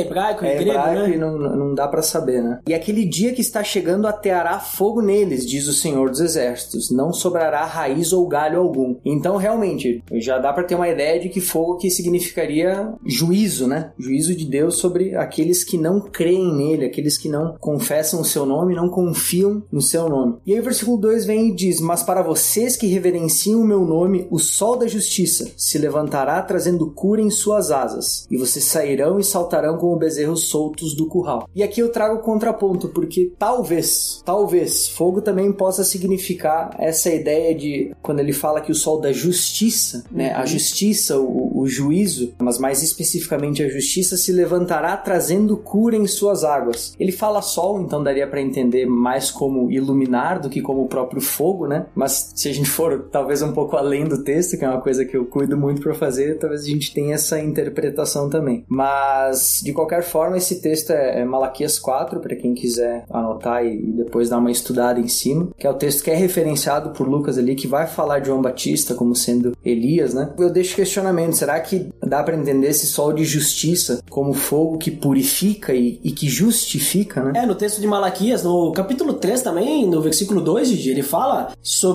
é hebraico e É grego, hebraico né? e não, não dá pra saber, né? E aquele dia que está chegando ateará fogo neles, diz o Senhor dos Exércitos. Não sobrará raiz ou galho algum. Então, realmente, já dá pra ter uma ideia de que fogo que significaria juízo, né? Juízo de Deus sobre aqueles que não creem nele, aqueles que não confessam o seu nome, não confiam no seu nome. E aí o versículo dois vem e diz: mas para vocês que reverenciam o meu nome, o sol da justiça se levantará trazendo cura em suas asas, e vocês sairão e saltarão como bezerros soltos do curral. E aqui eu trago o contraponto, porque talvez, talvez, fogo também possa significar essa ideia de, quando ele fala que o sol da justiça, né, a justiça, o, o juízo, mas mais especificamente a justiça, se levantará trazendo cura em suas águas. Ele fala sol, então daria para entender mais como iluminar do que como o próprio fogo, né? Mas se a gente for talvez um pouco além do texto, que é uma coisa que eu cuido muito para fazer, talvez a gente tenha essa interpretação também. Mas, de qualquer forma, esse texto é, é Malaquias quatro, para quem quiser anotar e, e depois dar uma estudada em cima, que é o texto que é referenciado por Lucas ali, que vai falar de João Batista como sendo Elias, né? Eu deixo questionamento, será que dá para entender esse sol de justiça como fogo que purifica e, e que justifica, né? É, no texto de Malaquias, no capítulo três também, no versículo dois, ele fala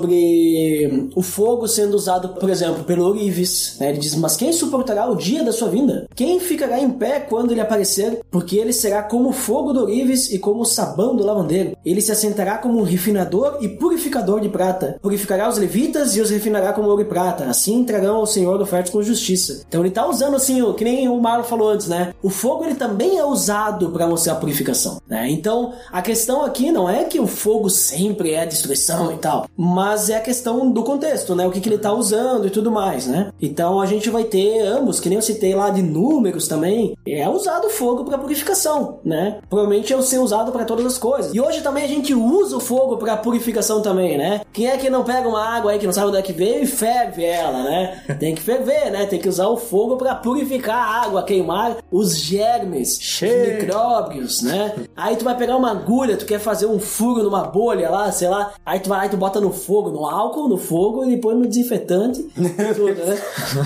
sobre o fogo sendo usado, por exemplo, pelo ourives, né? Ele diz: mas quem suportará o dia da sua vinda? Quem ficará em pé quando ele aparecer? Porque ele será como o fogo do ourives e como o sabão do lavandeiro. Ele se assentará como um refinador e purificador de prata. Purificará os levitas e os refinará como ouro e prata. Assim entrarão ao Senhor ofertas com justiça. Então ele tá usando assim, que nem o Marlon falou antes, né? O fogo ele também é usado para mostrar a purificação, né? Então a questão aqui não é que o fogo sempre é destruição e tal, mas é a questão do contexto, né? O que, que ele tá usando e tudo mais, né? Então a gente vai ter ambos, que nem eu citei lá de Números também, é usado o fogo para purificação, né? Provavelmente é ser usado para todas as coisas. E hoje também a gente usa o fogo para purificação também, né? Quem é que não pega uma água aí que não sabe onde é que veio e ferve ela, né? Tem que ferver, né? Tem que usar o fogo para purificar a água, queimar os germes, os micróbios, né? Aí tu vai pegar uma agulha, tu quer fazer um furo numa bolha lá, sei lá, aí tu vai lá e tu bota no fogo, no álcool, no fogo e depois no desinfetante, tudo, né?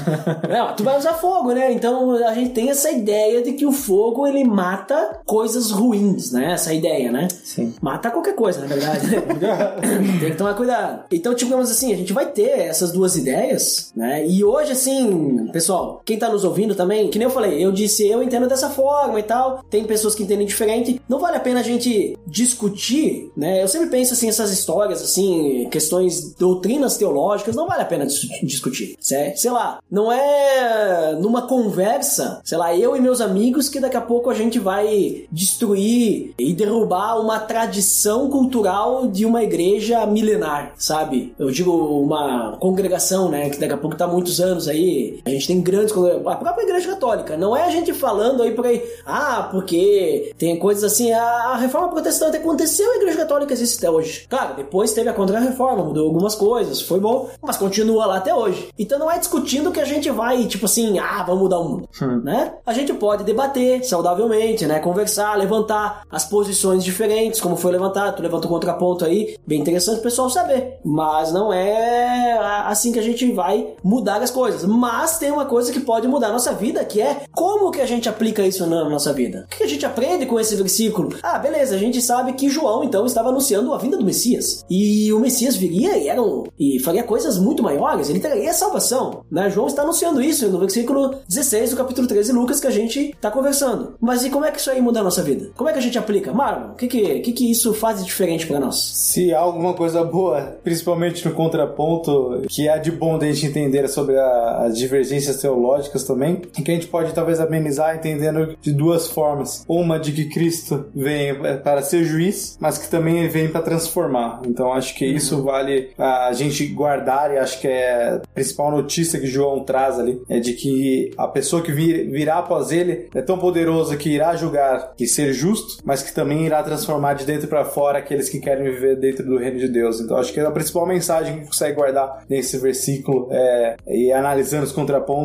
É, tu vai usar fogo, né? Então a gente tem essa ideia de que o fogo ele mata coisas ruins, né? Essa ideia, né? Sim. Mata qualquer coisa, na verdade. Tem que tomar cuidado. Então, tipo, assim, a gente vai ter essas duas ideias, né? E hoje, assim, pessoal, quem tá nos ouvindo também, que nem eu falei, eu disse, eu entendo dessa forma e tal, tem pessoas que entendem diferente, não vale a pena a gente discutir, né? Eu sempre penso, assim, essas histórias, assim, questões, doutrinas teológicas, não vale a pena dis- discutir, certo? Sei lá, não é numa conversa, sei lá, eu e meus amigos que daqui a pouco a gente vai destruir e derrubar uma tradição cultural de uma igreja milenar, sabe? Eu digo uma congregação, né, que daqui a pouco tá há muitos anos aí, a gente tem grandes congregações, a própria igreja católica, não é a gente falando aí por aí, ah, porque tem coisas assim, a, a reforma protestante aconteceu, a igreja católica existe até hoje. Claro, depois teve a contra-reforma, mudou algumas coisas, foi bom, mas continua lá até hoje. Então não é discutindo que a gente vai, tipo assim, ah, vamos mudar o mundo, hum. né? A gente pode debater saudavelmente, né, conversar, levantar as posições diferentes, como foi levantado, tu levanta o contraponto aí, bem interessante o pessoal saber, mas não é assim que a gente vai mudar as coisas. Mas tem uma coisa que pode mudar a nossa vida, que é como que a gente aplica isso na nossa vida. O que a gente aprende com esse versículo? Ah, beleza, a gente sabe que João então estava anunciando a vinda do Messias, e o Messias viria e, era um, e faria coisas muito maiores, ele traria salvação, né? João está anunciando isso no versículo dezesseis do capítulo treze de Lucas que a gente está conversando. Mas e como é que isso aí muda a nossa vida? Como é que a gente aplica? Marlon, o que que, que que isso faz de diferente para nós? Se há alguma coisa boa, principalmente no contraponto, que há de bom de a gente entender sobre a, as divergências teológicas também, é que a gente pode talvez amenizar entendendo de duas formas. Uma de que Cristo vem para ser juiz, mas que também vem para transformar. Então acho que isso uhum. vale a gente guardar, e acho que é a principal notícia que João traz ali, é de que a pessoa que vir, virá após ele é tão poderosa que irá julgar e ser justo, mas que também irá transformar de dentro para fora aqueles que querem viver dentro do reino de Deus. Então acho que a principal mensagem que consegue guardar nesse versículo é, e analisando os contrapontos é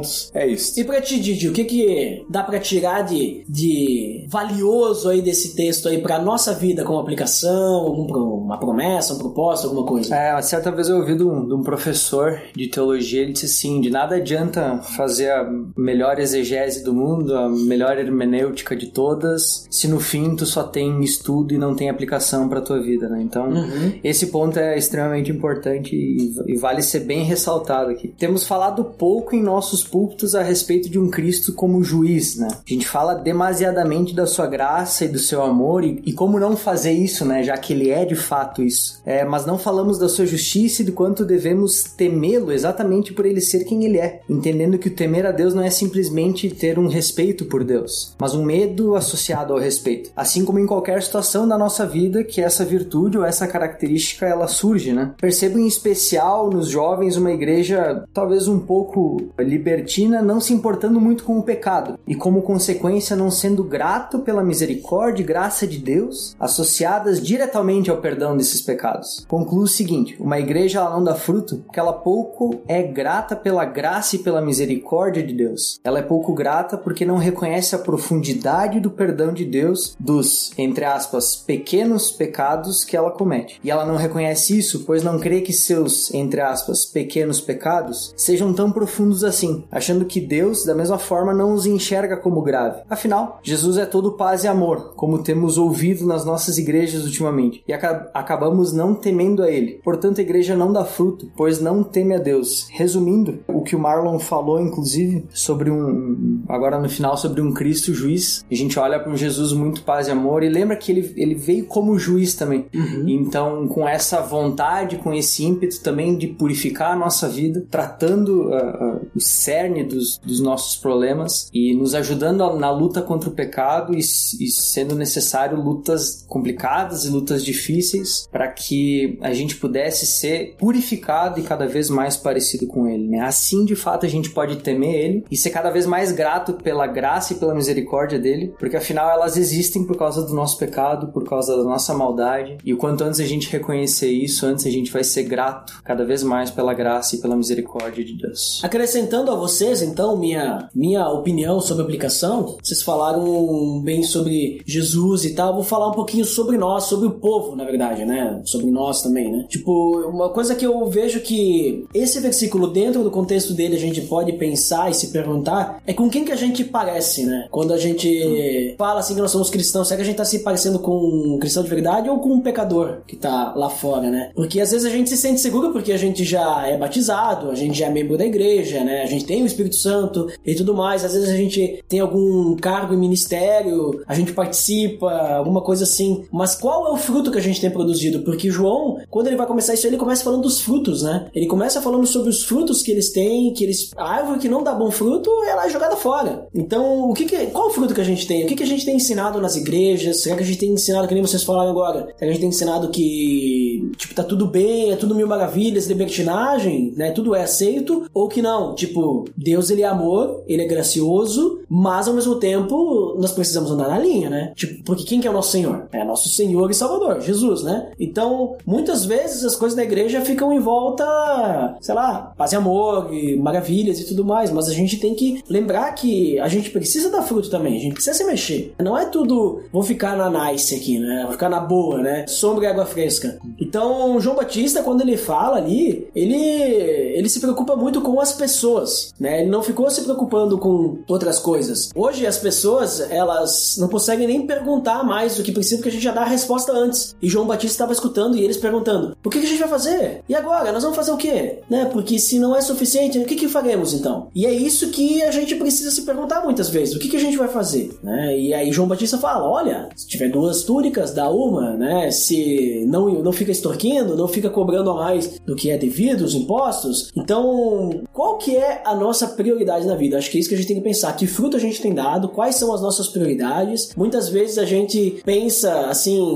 É isso. E pra ti, Didi, o que que dá pra tirar de, de valioso aí desse texto aí pra nossa vida como aplicação, uma promessa, um propósito, alguma coisa? É, certa vez eu ouvi de um, de um professor de teologia, ele disse assim, de nada adianta fazer a melhor exegese do mundo, a melhor hermenêutica de todas, se no fim tu só tem estudo e não tem aplicação pra tua vida, né? Então, uhum. esse ponto é extremamente importante e, e vale ser bem ressaltado aqui. Temos falado pouco em nossos púlpitos a respeito de um Cristo como juiz, né? A gente fala demasiadamente da sua graça e do seu amor e, e como não fazer isso, né? Já que ele é de fato isso. É, mas não falamos da sua justiça e do quanto devemos temê-lo exatamente por ele ser quem ele é, entendendo que o temer a Deus não é simplesmente ter um respeito por Deus, mas um medo associado ao respeito. Assim como em qualquer situação da nossa vida que essa virtude ou essa característica ela surge, né? Percebo em especial nos jovens uma igreja talvez um pouco libertina, não se importando muito com o pecado e como consequência não sendo grato pela misericórdia e graça de Deus associadas diretamente ao perdão desses pecados. Concluo o seguinte, uma igreja ela não dá fruto porque ela pouco é grata pela graça e pela misericórdia de Deus. Ela é pouco grata porque não reconhece a profundidade do perdão de Deus dos, entre aspas, pequenos pecados que ela comete. E ela não reconhece isso, pois não crê que seus, entre aspas, pequenos pecados sejam tão profundos assim, achando que Deus, da mesma forma, não os enxerga como grave. Afinal, Jesus é todo paz e amor, como temos ouvido nas nossas igrejas ultimamente, e aca- acabamos não temendo a Ele. Portanto, a igreja não dá fruto, pois não teme a Deus. Resumindo, o que o Marlon falou, inclusive, sobre um, agora no final, sobre um Cristo juiz, a gente olha para um Jesus muito paz e amor, e lembra que ele, ele veio como juiz também. Uhum. Então, com essa vontade, com esse ímpeto também de purificar a nossa vida, tratando uh, uh, o cerne dos, dos nossos problemas e nos ajudando na luta contra o pecado e, e sendo necessário lutas complicadas e lutas difíceis para que a gente pudesse ser purificado e cada vez mais parecido com Ele, né? Assim, de fato, a gente pode temer Ele e ser cada vez mais grato pela graça e pela misericórdia dele, porque afinal elas existem por causa do nosso pecado, por causa da nossa maldade, e o quanto antes a gente reconhecer isso, antes a gente vai ser grato cada vez mais pela graça e pela misericórdia de Deus. Acrescentando a vocês, então, minha, minha opinião sobre a aplicação, vocês falaram bem sobre Jesus e tal, eu vou falar um pouquinho sobre nós, sobre o povo, na verdade, né? Sobre nós também, né? Tipo, uma coisa que eu vejo que esse versículo, dentro do contexto dele, a gente pode pensar e se perguntar, é com quem que a gente parece, né? Quando a gente hum. fala assim que nós somos cristãos, será que a gente tá se parecendo com um cristão de verdade ou com um pecador que tá lá fora, né? Porque às vezes a gente se sente seguro porque a gente já é batizado, a gente já é membro da igreja, né? A gente tem o Espírito Santo e tudo mais. Às vezes a gente tem algum cargo em ministério, a gente participa, alguma coisa assim. Mas qual é o fruto que a gente tem produzido? Porque João, quando ele vai começar isso, ele começa falando dos frutos, né? Ele começa falando sobre os frutos que eles têm, que eles... a árvore que não dá bom fruto, ela é jogada fora. Então, o que que... qual é o fruto que a gente tem? O que que a gente tem ensinado nas igrejas? Será que a gente tem ensinado, que nem vocês falaram agora, será que a gente tem ensinado que, tipo, tá tudo bem, é tudo mil maravilhas, libertinagem, né? Tudo é aceito? Ou que não? Tipo, Deus, ele é amor, ele é gracioso, mas ao mesmo tempo nós precisamos andar na linha, né? Tipo, porque quem que é o nosso Senhor? É nosso Senhor e Salvador, Jesus, né? Então, muitas vezes as coisas da igreja ficam em volta, sei lá, paz e amor, e maravilhas e tudo mais, mas a gente tem que lembrar que a gente precisa dar fruto também, a gente precisa se mexer. Não é tudo, vou ficar na nice aqui, né? Vou ficar na boa, né? Sombra e água fresca. Então, João Batista, quando ele fala ali, ele, ele se preocupa muito com as pessoas, né? Ele não ficou se preocupando com outras coisas. Hoje, as pessoas, elas não conseguem nem perguntar mais o que precisa, porque a gente já dá a resposta antes. E João Batista estava escutando e eles perguntando, o que, que a gente vai fazer? E agora? Nós vamos fazer o quê? Né? Porque se não é suficiente, o que, que faremos então? E é isso que a gente precisa se perguntar muitas vezes. O que, que a gente vai fazer? Né? E aí João Batista fala, olha, se tiver duas túnicas, dá uma, né? Se não, não fica extorquindo, não fica cobrando a mais do que é devido, os impostos. Então, qual que é a nossa prioridade na vida? Acho que é isso que a gente tem que pensar. Que fruto a gente tem dado? Quais são as nossas prioridades? Muitas vezes a gente pensa assim,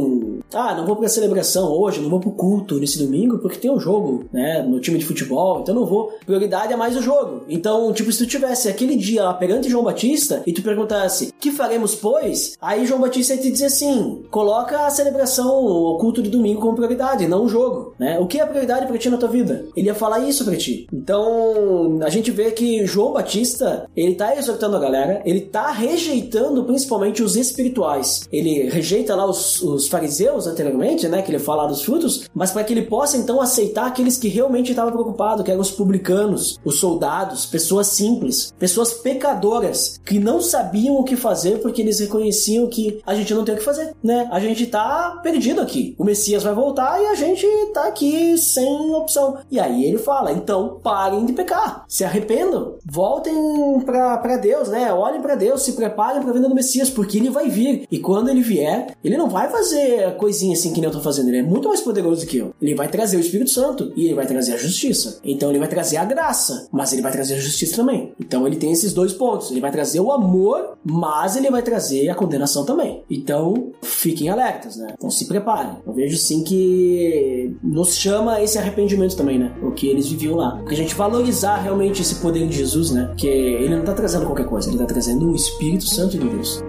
ah, não vou pra celebração hoje, não vou pro culto nesse domingo porque tem um jogo, né, no time de futebol, então não vou. Prioridade é mais o jogo. Então, tipo, se tu tivesse aquele dia lá perante João Batista e tu perguntasse, que faremos, pois? Aí João Batista ia te dizer assim, coloca a celebração, o culto de domingo como prioridade, não o jogo, né? O que é prioridade pra ti na tua vida? Ele ia falar isso pra ti. Então, a gente vê que João Batista, ele tá exortando a galera, ele tá rejeitando principalmente os espirituais. Ele rejeita lá os, os fariseus anteriormente, né, que ele fala dos frutos, mas para que ele possa então aceitar aqueles que realmente estavam preocupados, que eram os publicanos, os soldados, pessoas simples, pessoas pecadoras, que não sabiam o que fazer porque eles reconheciam que a gente não tem o que fazer, né? A gente tá perdido aqui. O Messias vai voltar e a gente tá aqui sem opção. E aí ele fala, então parem de pecar, se arrependam, voltem pra, pra Deus, né? Olhem pra Deus, se preparem pra vinda do Messias, porque ele vai vir. E quando ele vier, ele não vai fazer coisinha assim que nem eu tô fazendo, ele é muito mais poderoso que eu. Ele vai trazer o Espírito Santo e ele vai trazer a justiça. Então ele vai trazer a graça, mas ele vai trazer a justiça também. Então ele tem esses dois pontos. Ele vai trazer o amor, mas ele vai trazer a condenação também. Então fiquem alertas, né? Então se preparem. Eu vejo sim que nos chama esse arrependimento também, né? O que eles viviam lá. Porque a gente valorizar realmente esse poder de Jesus, né? Porque ele não tá trazendo qualquer coisa, ele tá trazendo o Espírito Santo de Deus.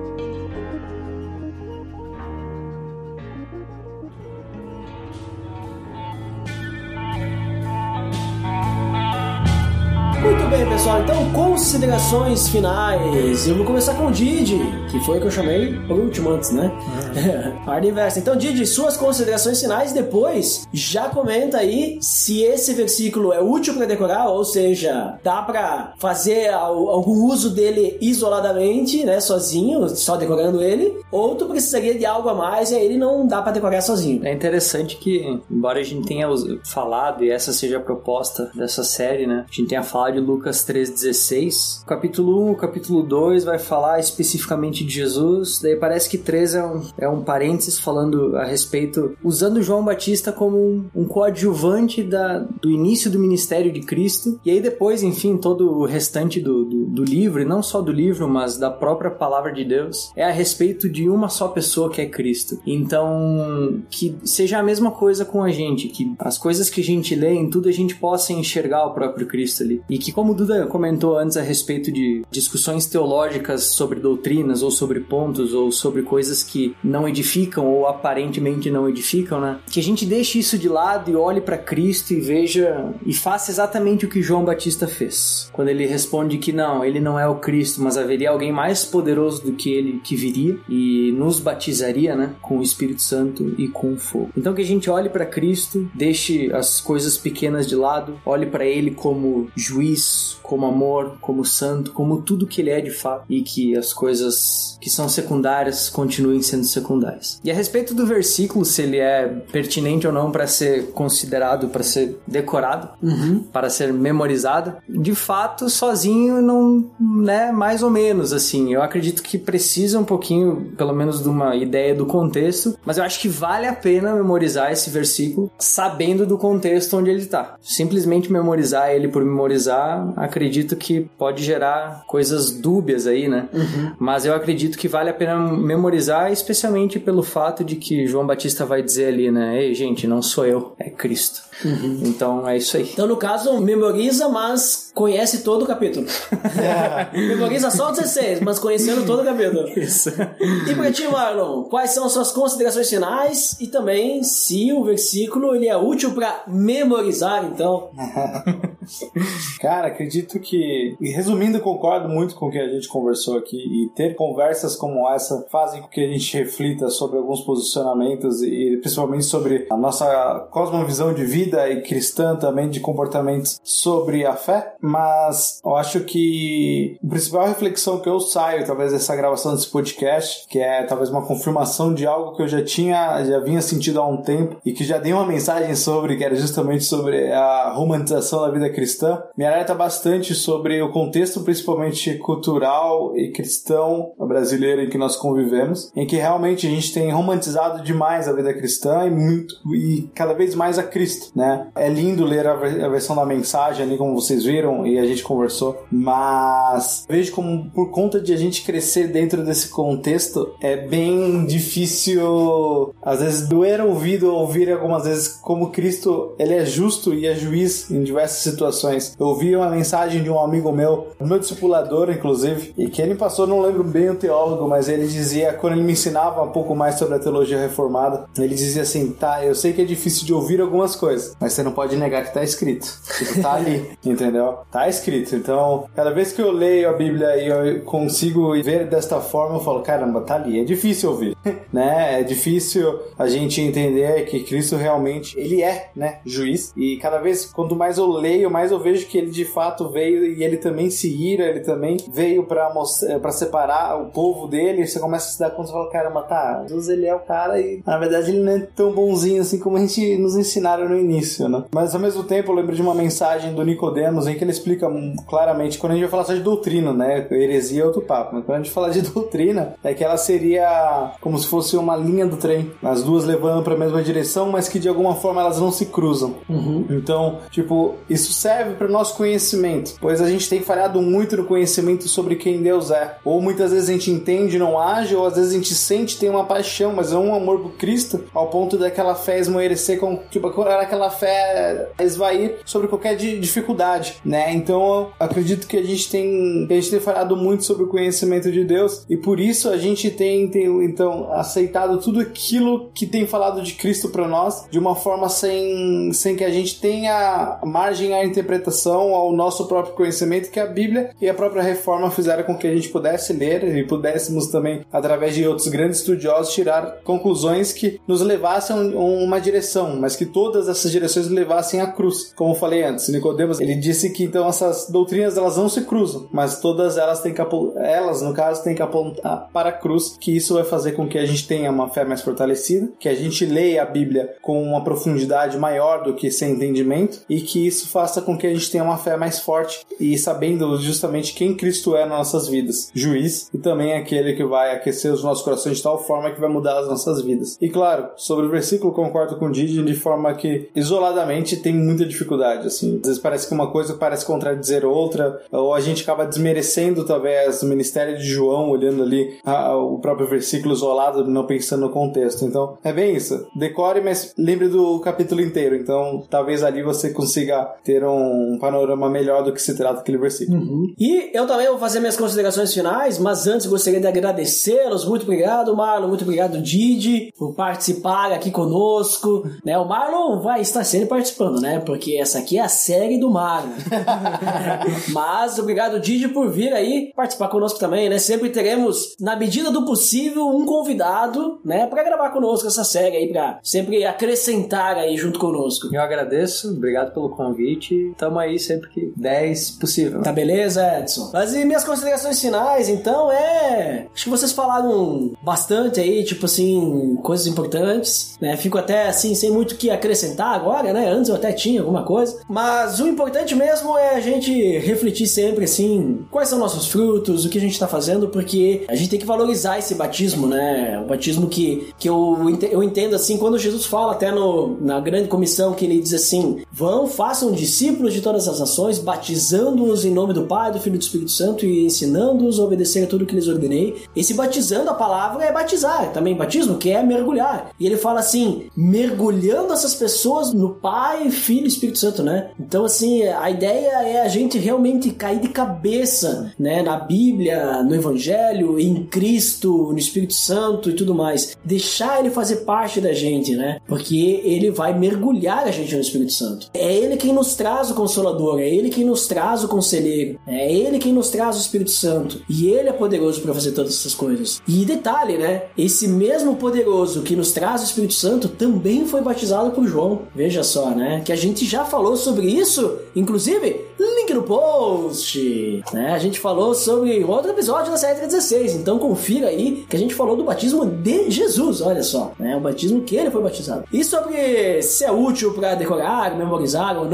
Muito bem, pessoal, então considerações finais. Eu vou começar com o Didi, que foi o que eu chamei por último antes, né? A ordem inversa. Então, Didi, suas considerações finais, depois já comenta aí se esse versículo é útil para decorar, ou seja, dá para fazer algum uso dele isoladamente, né, sozinho, só decorando ele, ou tu precisaria de algo a mais e aí ele não dá para decorar sozinho. É interessante que, embora a gente tenha falado, e essa seja a proposta dessa série, né, a gente tenha falado de Lucas três dezesseis. O capítulo um, o capítulo dois vai falar especificamente de Jesus, daí parece que três é um, é um parênteses falando a respeito, usando João Batista como um, um coadjuvante da, do início do ministério de Cristo, e aí depois, enfim, todo o restante do, do, do livro, e não só do livro, mas da própria palavra de Deus, é a respeito de uma só pessoa que é Cristo. Então, que seja a mesma coisa com a gente, que as coisas que a gente lê, em tudo a gente possa enxergar o próprio Cristo ali. E que, como o Duda comentou antes a respeito de discussões teológicas sobre doutrinas, ou sobre pontos, ou sobre coisas que não edificam, ou aparentemente não edificam, né? Que a gente deixe isso de lado e olhe para Cristo e veja, e faça exatamente o que João Batista fez. Quando ele responde que não, ele não é o Cristo, mas haveria alguém mais poderoso do que ele que viria e nos batizaria, né? Com o Espírito Santo e com o fogo. Então que a gente olhe para Cristo, deixe as coisas pequenas de lado, olhe para ele como juiz, como amor, como santo, como tudo que ele é de fato, e que as coisas que são secundárias continuem sendo secundárias. E a respeito do versículo, se ele é pertinente ou não para ser considerado, para ser decorado, uhum. para ser memorizado, de fato, sozinho não, né, mais ou menos, assim, eu acredito que precisa um pouquinho, pelo menos de uma ideia do contexto, mas eu acho que vale a pena memorizar esse versículo sabendo do contexto onde ele está. Simplesmente memorizar ele por memorizar, acredito que pode gerar coisas dúbias aí, né? Uhum. Mas eu acredito que vale a pena memorizar, especialmente pelo fato de que João Batista vai dizer ali, né? Ei, gente, não sou eu, é Cristo. Uhum. Então, é isso aí. Então, no caso, memoriza, mas conhece todo o capítulo. É. Memoriza só o dezesseis, mas conhecendo todo o capítulo. Isso. E pra ti, Marlon, quais são as suas considerações finais e também se o versículo ele é útil pra memorizar, então? Cara, acredito que, e resumindo, concordo muito com o que a gente conversou aqui, e ter conversas como essa fazem com que a gente reflita sobre alguns posicionamentos e principalmente sobre a nossa cosmovisão de vida e cristã também, de comportamentos sobre a fé. Mas eu acho que a principal reflexão que eu saio talvez dessa gravação desse podcast, que é talvez uma confirmação de algo que eu já tinha, já vinha sentido há um tempo e que já dei uma mensagem sobre, que era justamente sobre a romantização da vida cristã cristã, me alerta bastante sobre o contexto principalmente cultural e cristão brasileiro em que nós convivemos, em que realmente a gente tem romantizado demais a vida cristã e, muito, e cada vez mais a Cristo, né? É lindo ler a, ver, a versão da mensagem ali, como vocês viram, e a gente conversou, mas vejo como por conta de a gente crescer dentro desse contexto, é bem difícil, às vezes, doer o ouvido ouvir algumas vezes como Cristo, ele é justo e é juiz em diversas situações. Eu ouvi uma mensagem de um amigo meu, meu discipulador, inclusive, e que ele passou, não lembro bem o teólogo, mas ele dizia, quando ele me ensinava um pouco mais sobre a teologia reformada, ele dizia assim, tá, eu sei que é difícil de ouvir algumas coisas, mas você não pode negar que tá escrito. Tipo, tá ali, entendeu? Tá escrito. Então, cada vez que eu leio a Bíblia e eu consigo ver desta forma, eu falo, caramba, tá ali. É difícil ouvir, né? É difícil a gente entender que Cristo realmente, ele é, né, juiz. E cada vez, quanto mais eu leio, mais eu vejo que ele de fato veio e ele também se ira, ele também veio pra, mostrar, pra separar o povo dele. E você começa a se dar conta e fala, caramba, tá, Jesus, ele é o cara e na verdade ele não é tão bonzinho assim como a gente nos ensinaram no início, né? Mas ao mesmo tempo eu lembro de uma mensagem do Nicodemos em que ele explica claramente, quando a gente vai falar só de doutrina, né, heresia é outro papo, mas quando a gente fala de doutrina, é que ela seria como se fosse uma linha do trem, as duas levando para a mesma direção, mas que de alguma forma elas não se cruzam. Uhum. Então, tipo, isso serve para o nosso conhecimento, pois a gente tem falhado muito no conhecimento sobre quem Deus é, ou muitas vezes a gente entende, não age, ou às vezes a gente sente, tem uma paixão, mas é um amor por Cristo, ao ponto daquela fé esmoecer, com, tipo, aquela fé esvair sobre qualquer dificuldade, né? Então, eu acredito que a gente tem, a gente tem falado muito sobre o conhecimento de Deus, e por isso a gente tem, tem então, aceitado tudo aquilo que tem falado de Cristo para nós, de uma forma sem, sem que a gente tenha margem à interpretação, ao nosso próprio conhecimento, que a Bíblia e a própria Reforma fizeram com que a gente pudesse ler e pudéssemos também, através de outros grandes estudiosos, tirar conclusões que nos levassem a uma direção, mas que todas essas direções levassem à cruz. Como eu falei antes, Nicodemos, ele disse que então essas doutrinas elas não se cruzam, mas todas elas têm que elas, no caso, têm que apontar para a cruz, que isso vai fazer com que a gente tenha uma fé mais fortalecida, que a gente leia a Bíblia com uma profundidade maior do que sem entendimento, e que isso faça com que a gente tenha uma fé mais forte e sabendo justamente quem Cristo é nas nossas vidas, juiz, e também aquele que vai aquecer os nossos corações de tal forma que vai mudar as nossas vidas. E claro, sobre o versículo concordo com o Didi de forma que isoladamente tem muita dificuldade, assim, às vezes parece que uma coisa parece contradizer outra, ou a gente acaba desmerecendo talvez o ministério de João, olhando ali a, o próprio versículo isolado, não pensando no contexto. Então, é bem isso, decore, mas lembre do capítulo inteiro, então talvez ali você consiga ter um panorama melhor do que se trata aquele versículo. Uhum. E eu também vou fazer minhas considerações finais, mas antes gostaria de agradecê-los. Muito obrigado, Marlon, muito obrigado, Didi, por participar aqui conosco, né? O Marlon vai estar sempre participando, né? Porque essa aqui é a série do Marlon. Mas obrigado, Didi, por vir aí participar conosco também, né? Sempre teremos, na medida do possível, um convidado, né? Pra gravar conosco essa série aí, pra sempre acrescentar aí junto conosco. Eu agradeço, obrigado pelo convite. Tamo aí sempre que der, se possível. Tá beleza, Edson? Mas e minhas considerações finais, então, é... Acho que vocês falaram bastante aí, tipo assim, coisas importantes, né? Fico até, assim, sem muito o que acrescentar agora, né? Antes eu até tinha alguma coisa. Mas o importante mesmo é a gente refletir sempre, assim, quais são nossos frutos, o que a gente tá fazendo, porque a gente tem que valorizar esse batismo, né? O batismo que, que eu, eu entendo, assim, quando Jesus fala até no, na grande comissão, que ele diz assim, vão, façam discípulos de todas as nações, batizando-os em nome do Pai, do Filho e do Espírito Santo e ensinando-os a obedecer a tudo que lhes ordenei. Esse batizando, a palavra é batizar, também batismo, que é mergulhar. E ele fala assim, mergulhando essas pessoas no Pai, Filho e Espírito Santo, né? Então, assim, a ideia é a gente realmente cair de cabeça, né? Na Bíblia, no Evangelho, em Cristo, no Espírito Santo e tudo mais. Deixar ele fazer parte da gente, né? Porque ele vai mergulhar a gente no Espírito Santo. É ele quem nos traz o Consolador, é ele quem nos traz o Conselheiro, é ele quem nos traz o Espírito Santo. E ele é poderoso para fazer todas essas coisas. E detalhe, né? Esse mesmo poderoso que nos traz o Espírito Santo também foi batizado por João. Veja só, né? Que a gente já falou sobre isso, inclusive, link no post, né? A gente falou sobre outro episódio da série dezesseis, então confira aí que a gente falou do batismo de Jesus, olha só, né? O batismo que ele foi batizado. E sobre se é útil para decorar, memorizar ou não,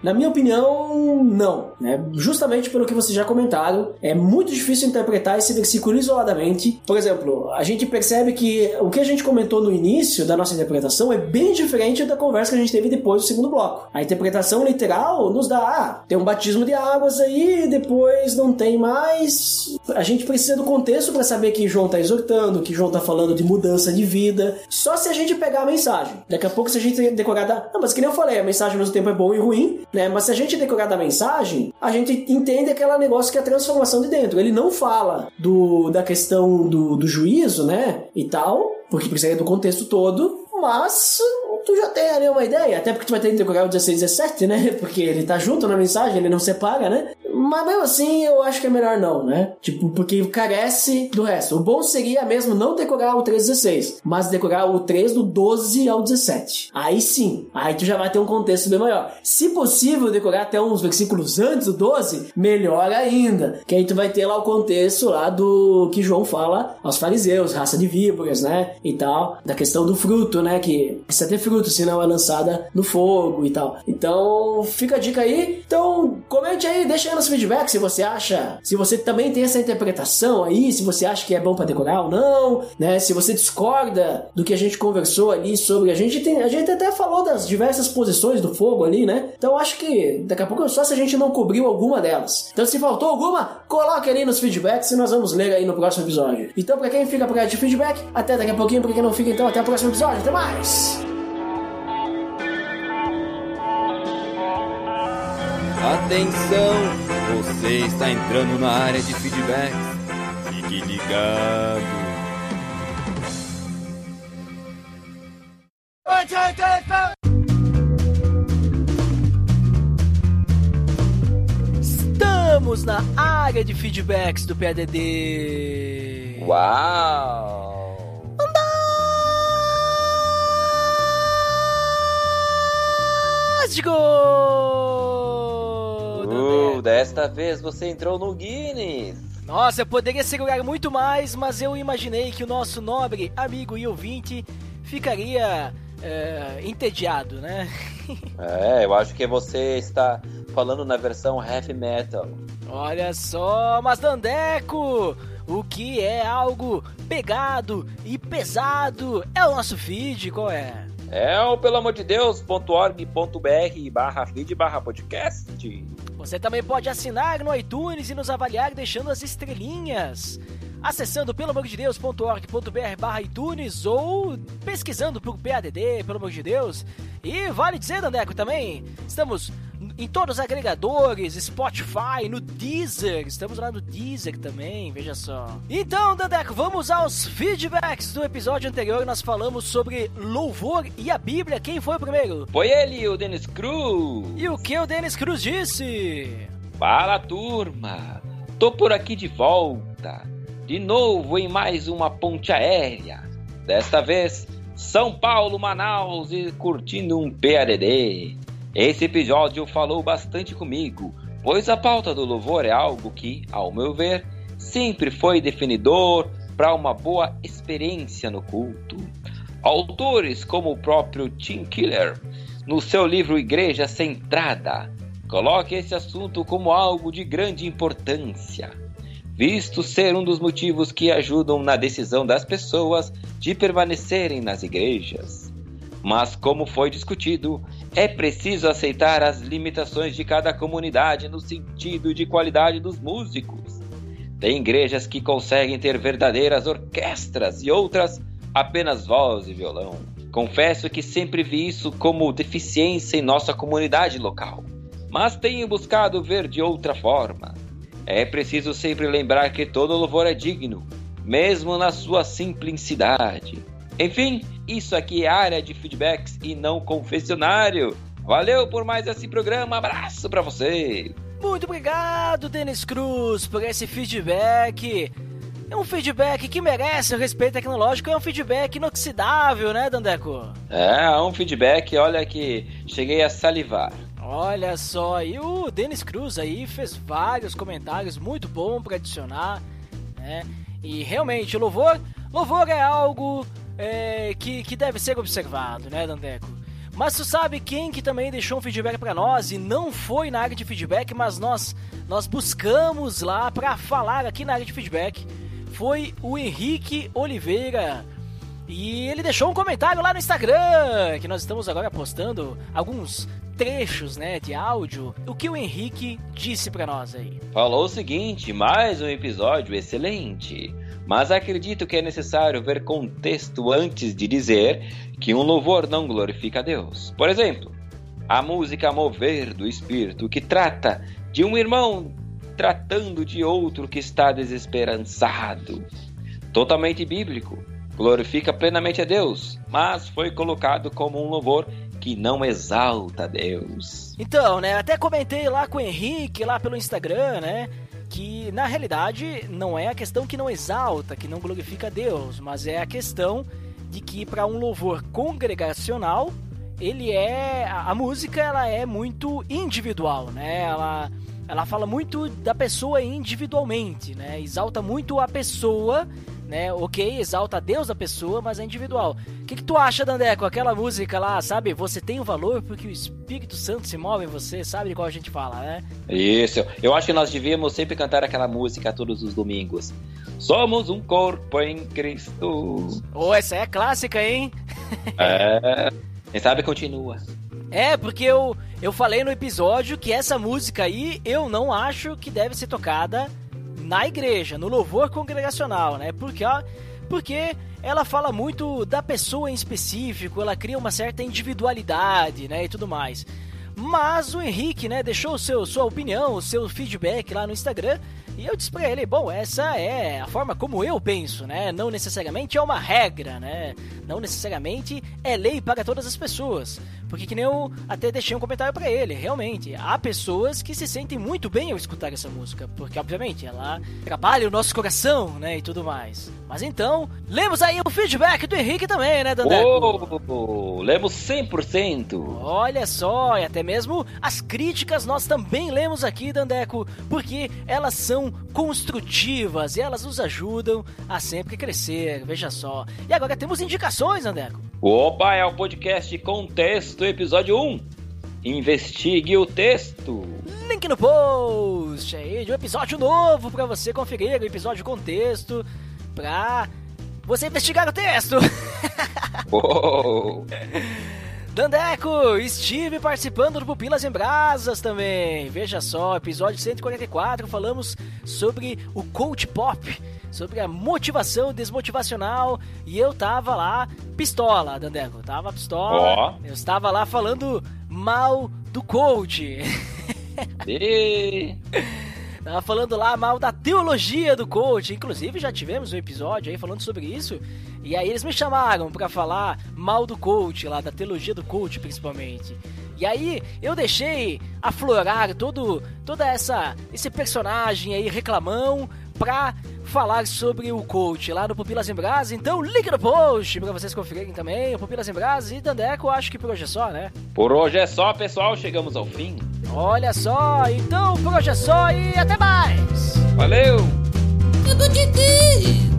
Na minha opinião, não, né? Justamente pelo que vocês já comentaram, é muito difícil interpretar esse versículo isoladamente. Por exemplo, a gente percebe que o que a gente comentou no início da nossa interpretação é bem diferente da conversa que a gente teve depois do segundo bloco. A interpretação literal nos dá, ah, tem um batismo de águas aí, depois não tem mais. A gente precisa do contexto para saber que João está exortando, que João está falando de mudança de vida. Só se a gente pegar a mensagem. Daqui a pouco, se a gente decorar da... Não, mas que nem eu falei, a mensagem ao mesmo tempo é bom e ruim, né? Mas se a gente decorar da mensagem, a gente entende aquele negócio que é a transformação de dentro. Ele não fala do, da questão do, do juízo, né? E tal, porque precisa do contexto todo, mas tu já tem ali uma ideia, até porque tu vai ter que decorar o dezesseis e dezessete, né? Porque ele tá junto na mensagem, ele não separa, né? Mas mesmo assim, eu acho que é melhor não, né? Tipo, porque carece do resto. O bom seria mesmo não decorar o três e dezesseis, mas decorar o três do doze ao dezessete. Aí sim, aí tu já vai ter um contexto bem maior. Se possível, decorar até uns versículos antes do doze, melhor ainda. Que aí tu vai ter lá o contexto lá do que João fala aos fariseus, raça de víboras, né? E tal, da questão do fruto, né? Que precisa ter fruto, senão é lançada no fogo e tal. Então, fica a dica aí. Então, comente aí, deixa aí nos feedback se você acha, se você também tem essa interpretação aí, se você acha que é bom pra decorar ou não, né? Se você discorda do que a gente conversou ali sobre, a gente tem, a gente até falou das diversas posições do fogo ali, né? Então acho que daqui a pouco é só se a gente não cobriu alguma delas. Então se faltou alguma, coloque ali nos feedbacks e nós vamos ler aí no próximo episódio. Então pra quem fica por aí de feedback, até daqui a pouquinho, pra quem não fica então, até o próximo episódio, até mais! Atenção, você está entrando na área de feedback. Fique ligado. Estamos na área de feedbacks do P A D D. Uau! Fantástico! Uh, desta vez você entrou no Guinness. Nossa, eu poderia segurar muito mais, mas eu imaginei que o nosso nobre amigo e ouvinte ficaria é, entediado, né? É, eu acho que você está falando na versão heavy metal. Olha só, mas Dandeco, o que é algo pegado e pesado é o nosso feed, qual é? É o pelamordedeus.org.br barra feed barra podcast. Você também pode assinar no iTunes e nos avaliar deixando as estrelinhas. Acessando pelamordedeus.org.br barra iTunes ou pesquisando por P A D D, pelo amor de Deus. E vale dizer, Dandeco, também, estamos em todos os agregadores, Spotify, no Deezer, estamos lá no Deezer também, veja só. Então, Dandeco, vamos aos feedbacks do episódio anterior. Nós falamos sobre louvor e a Bíblia. Quem foi o primeiro? Foi ele, o Dennis Cruz. E o que o Dennis Cruz disse? Fala, turma, tô por aqui de volta, de novo em mais uma ponte aérea. Desta vez, São Paulo, Manaus e curtindo um P A D D. Esse episódio falou bastante comigo, pois a pauta do louvor é algo que, ao meu ver, sempre foi definidor para uma boa experiência no culto. Autores como o próprio Tim Keller, no seu livro Igreja Centrada, coloca esse assunto como algo de grande importância, visto ser um dos motivos que ajudam na decisão das pessoas de permanecerem nas igrejas. Mas, como foi discutido, é preciso aceitar as limitações de cada comunidade no sentido de qualidade dos músicos. Tem igrejas que conseguem ter verdadeiras orquestras e outras apenas voz e violão. Confesso que sempre vi isso como deficiência em nossa comunidade local, mas tenho buscado ver de outra forma. É preciso sempre lembrar que todo louvor é digno, mesmo na sua simplicidade. Enfim, isso aqui é área de feedbacks e não confessionário. Valeu por mais esse programa, abraço pra você. Muito obrigado, Dennis Cruz, por esse feedback. É um feedback que merece o respeito tecnológico, é um feedback inoxidável, né, Dandeco? É, um feedback, olha que cheguei a salivar. Olha só, e o Dennis Cruz aí fez vários comentários muito bom para adicionar, né? E realmente, o louvor, louvor é algo... É, que, que deve ser observado, né, Dandeco? Mas tu sabe quem que também deixou um feedback pra nós e não foi na área de feedback, mas nós, nós buscamos lá pra falar aqui na área de feedback? Foi o Henrique Oliveira. E ele deixou um comentário lá no Instagram, que nós estamos agora postando alguns trechos, né, de áudio. O que o Henrique disse pra nós aí? Falou o seguinte: mais um episódio excelente, mas acredito que é necessário ver contexto antes de dizer que um louvor não glorifica a Deus. Por exemplo, a música Mover do Espírito, que trata de um irmão tratando de outro que está desesperançado. Totalmente bíblico, glorifica plenamente a Deus, mas foi colocado como um louvor que não exalta a Deus. Então, né, até comentei lá com o Henrique, lá pelo Instagram, né, que na realidade não é a questão que não exalta, que não glorifica a Deus, mas é a questão de que para um louvor congregacional, ele é, a, a música ela é muito individual, né, ela, ela fala muito da pessoa individualmente, né, exalta muito a pessoa, né, ok, exalta a Deus da pessoa, mas é individual. O que, que tu acha, Dandeco? Aquela música lá, sabe? Você tem o valor porque o Espírito Santo se move em você, sabe de qual a gente fala, né? Isso, eu acho que nós devíamos sempre cantar aquela música todos os domingos. Somos um corpo em Cristo. Oh, essa é clássica, hein? É, quem sabe continua. É, porque eu, eu falei no episódio que essa música aí eu não acho que deve ser tocada na igreja, no louvor congregacional, né? Porque, ó, porque ela fala muito da pessoa em específico, ela cria uma certa individualidade, né? E tudo mais. Mas o Henrique, né, deixou o seu, sua opinião, o seu feedback lá no Instagram, e eu disse pra ele, bom, essa é a forma como eu penso, né? Não necessariamente é uma regra, né? Não necessariamente é lei para todas as pessoas. Porque que nem eu até deixei um comentário pra ele, realmente, há pessoas que se sentem muito bem ao escutar essa música, porque obviamente ela trabalha o nosso coração, né, e tudo mais. Mas então, lemos aí o feedback do Henrique também, né, Dandeco? Oh, lemos cem por cento. Olha só, e até mesmo as críticas nós também lemos aqui, Dandeco, porque elas são construtivas e elas nos ajudam a sempre crescer, veja só. E agora temos indicações, Dandeco. Opa, é o podcast Contexto, episódio um. Investigue o texto. Link no post aí de um episódio novo pra você conferir, o episódio Contexto, pra você investigar o texto. Oh. Dandeco, estive participando do Pupilas em Brasas também. Veja só, episódio cento e quarenta e quatro, falamos sobre o coach pop, sobre a motivação desmotivacional, e eu tava lá pistola, Dandeco, tava pistola. Oh. Eu estava lá falando mal do coach. E... Tava falando lá mal da teologia do coach. Inclusive já tivemos um episódio aí falando sobre isso. E aí eles me chamaram pra falar mal do coach lá, da teologia do coach principalmente. E aí eu deixei aflorar todo, toda essa esse personagem aí reclamão pra falar sobre o coach lá no Pupilas em Brasa. Então link no post pra vocês conferirem também o Pupilas em Brasa. E Dandeco, acho que por hoje é só, né? Por hoje é só, pessoal, chegamos ao fim. Olha só, então por hoje é só e até mais! Valeu! Tudo de Deus!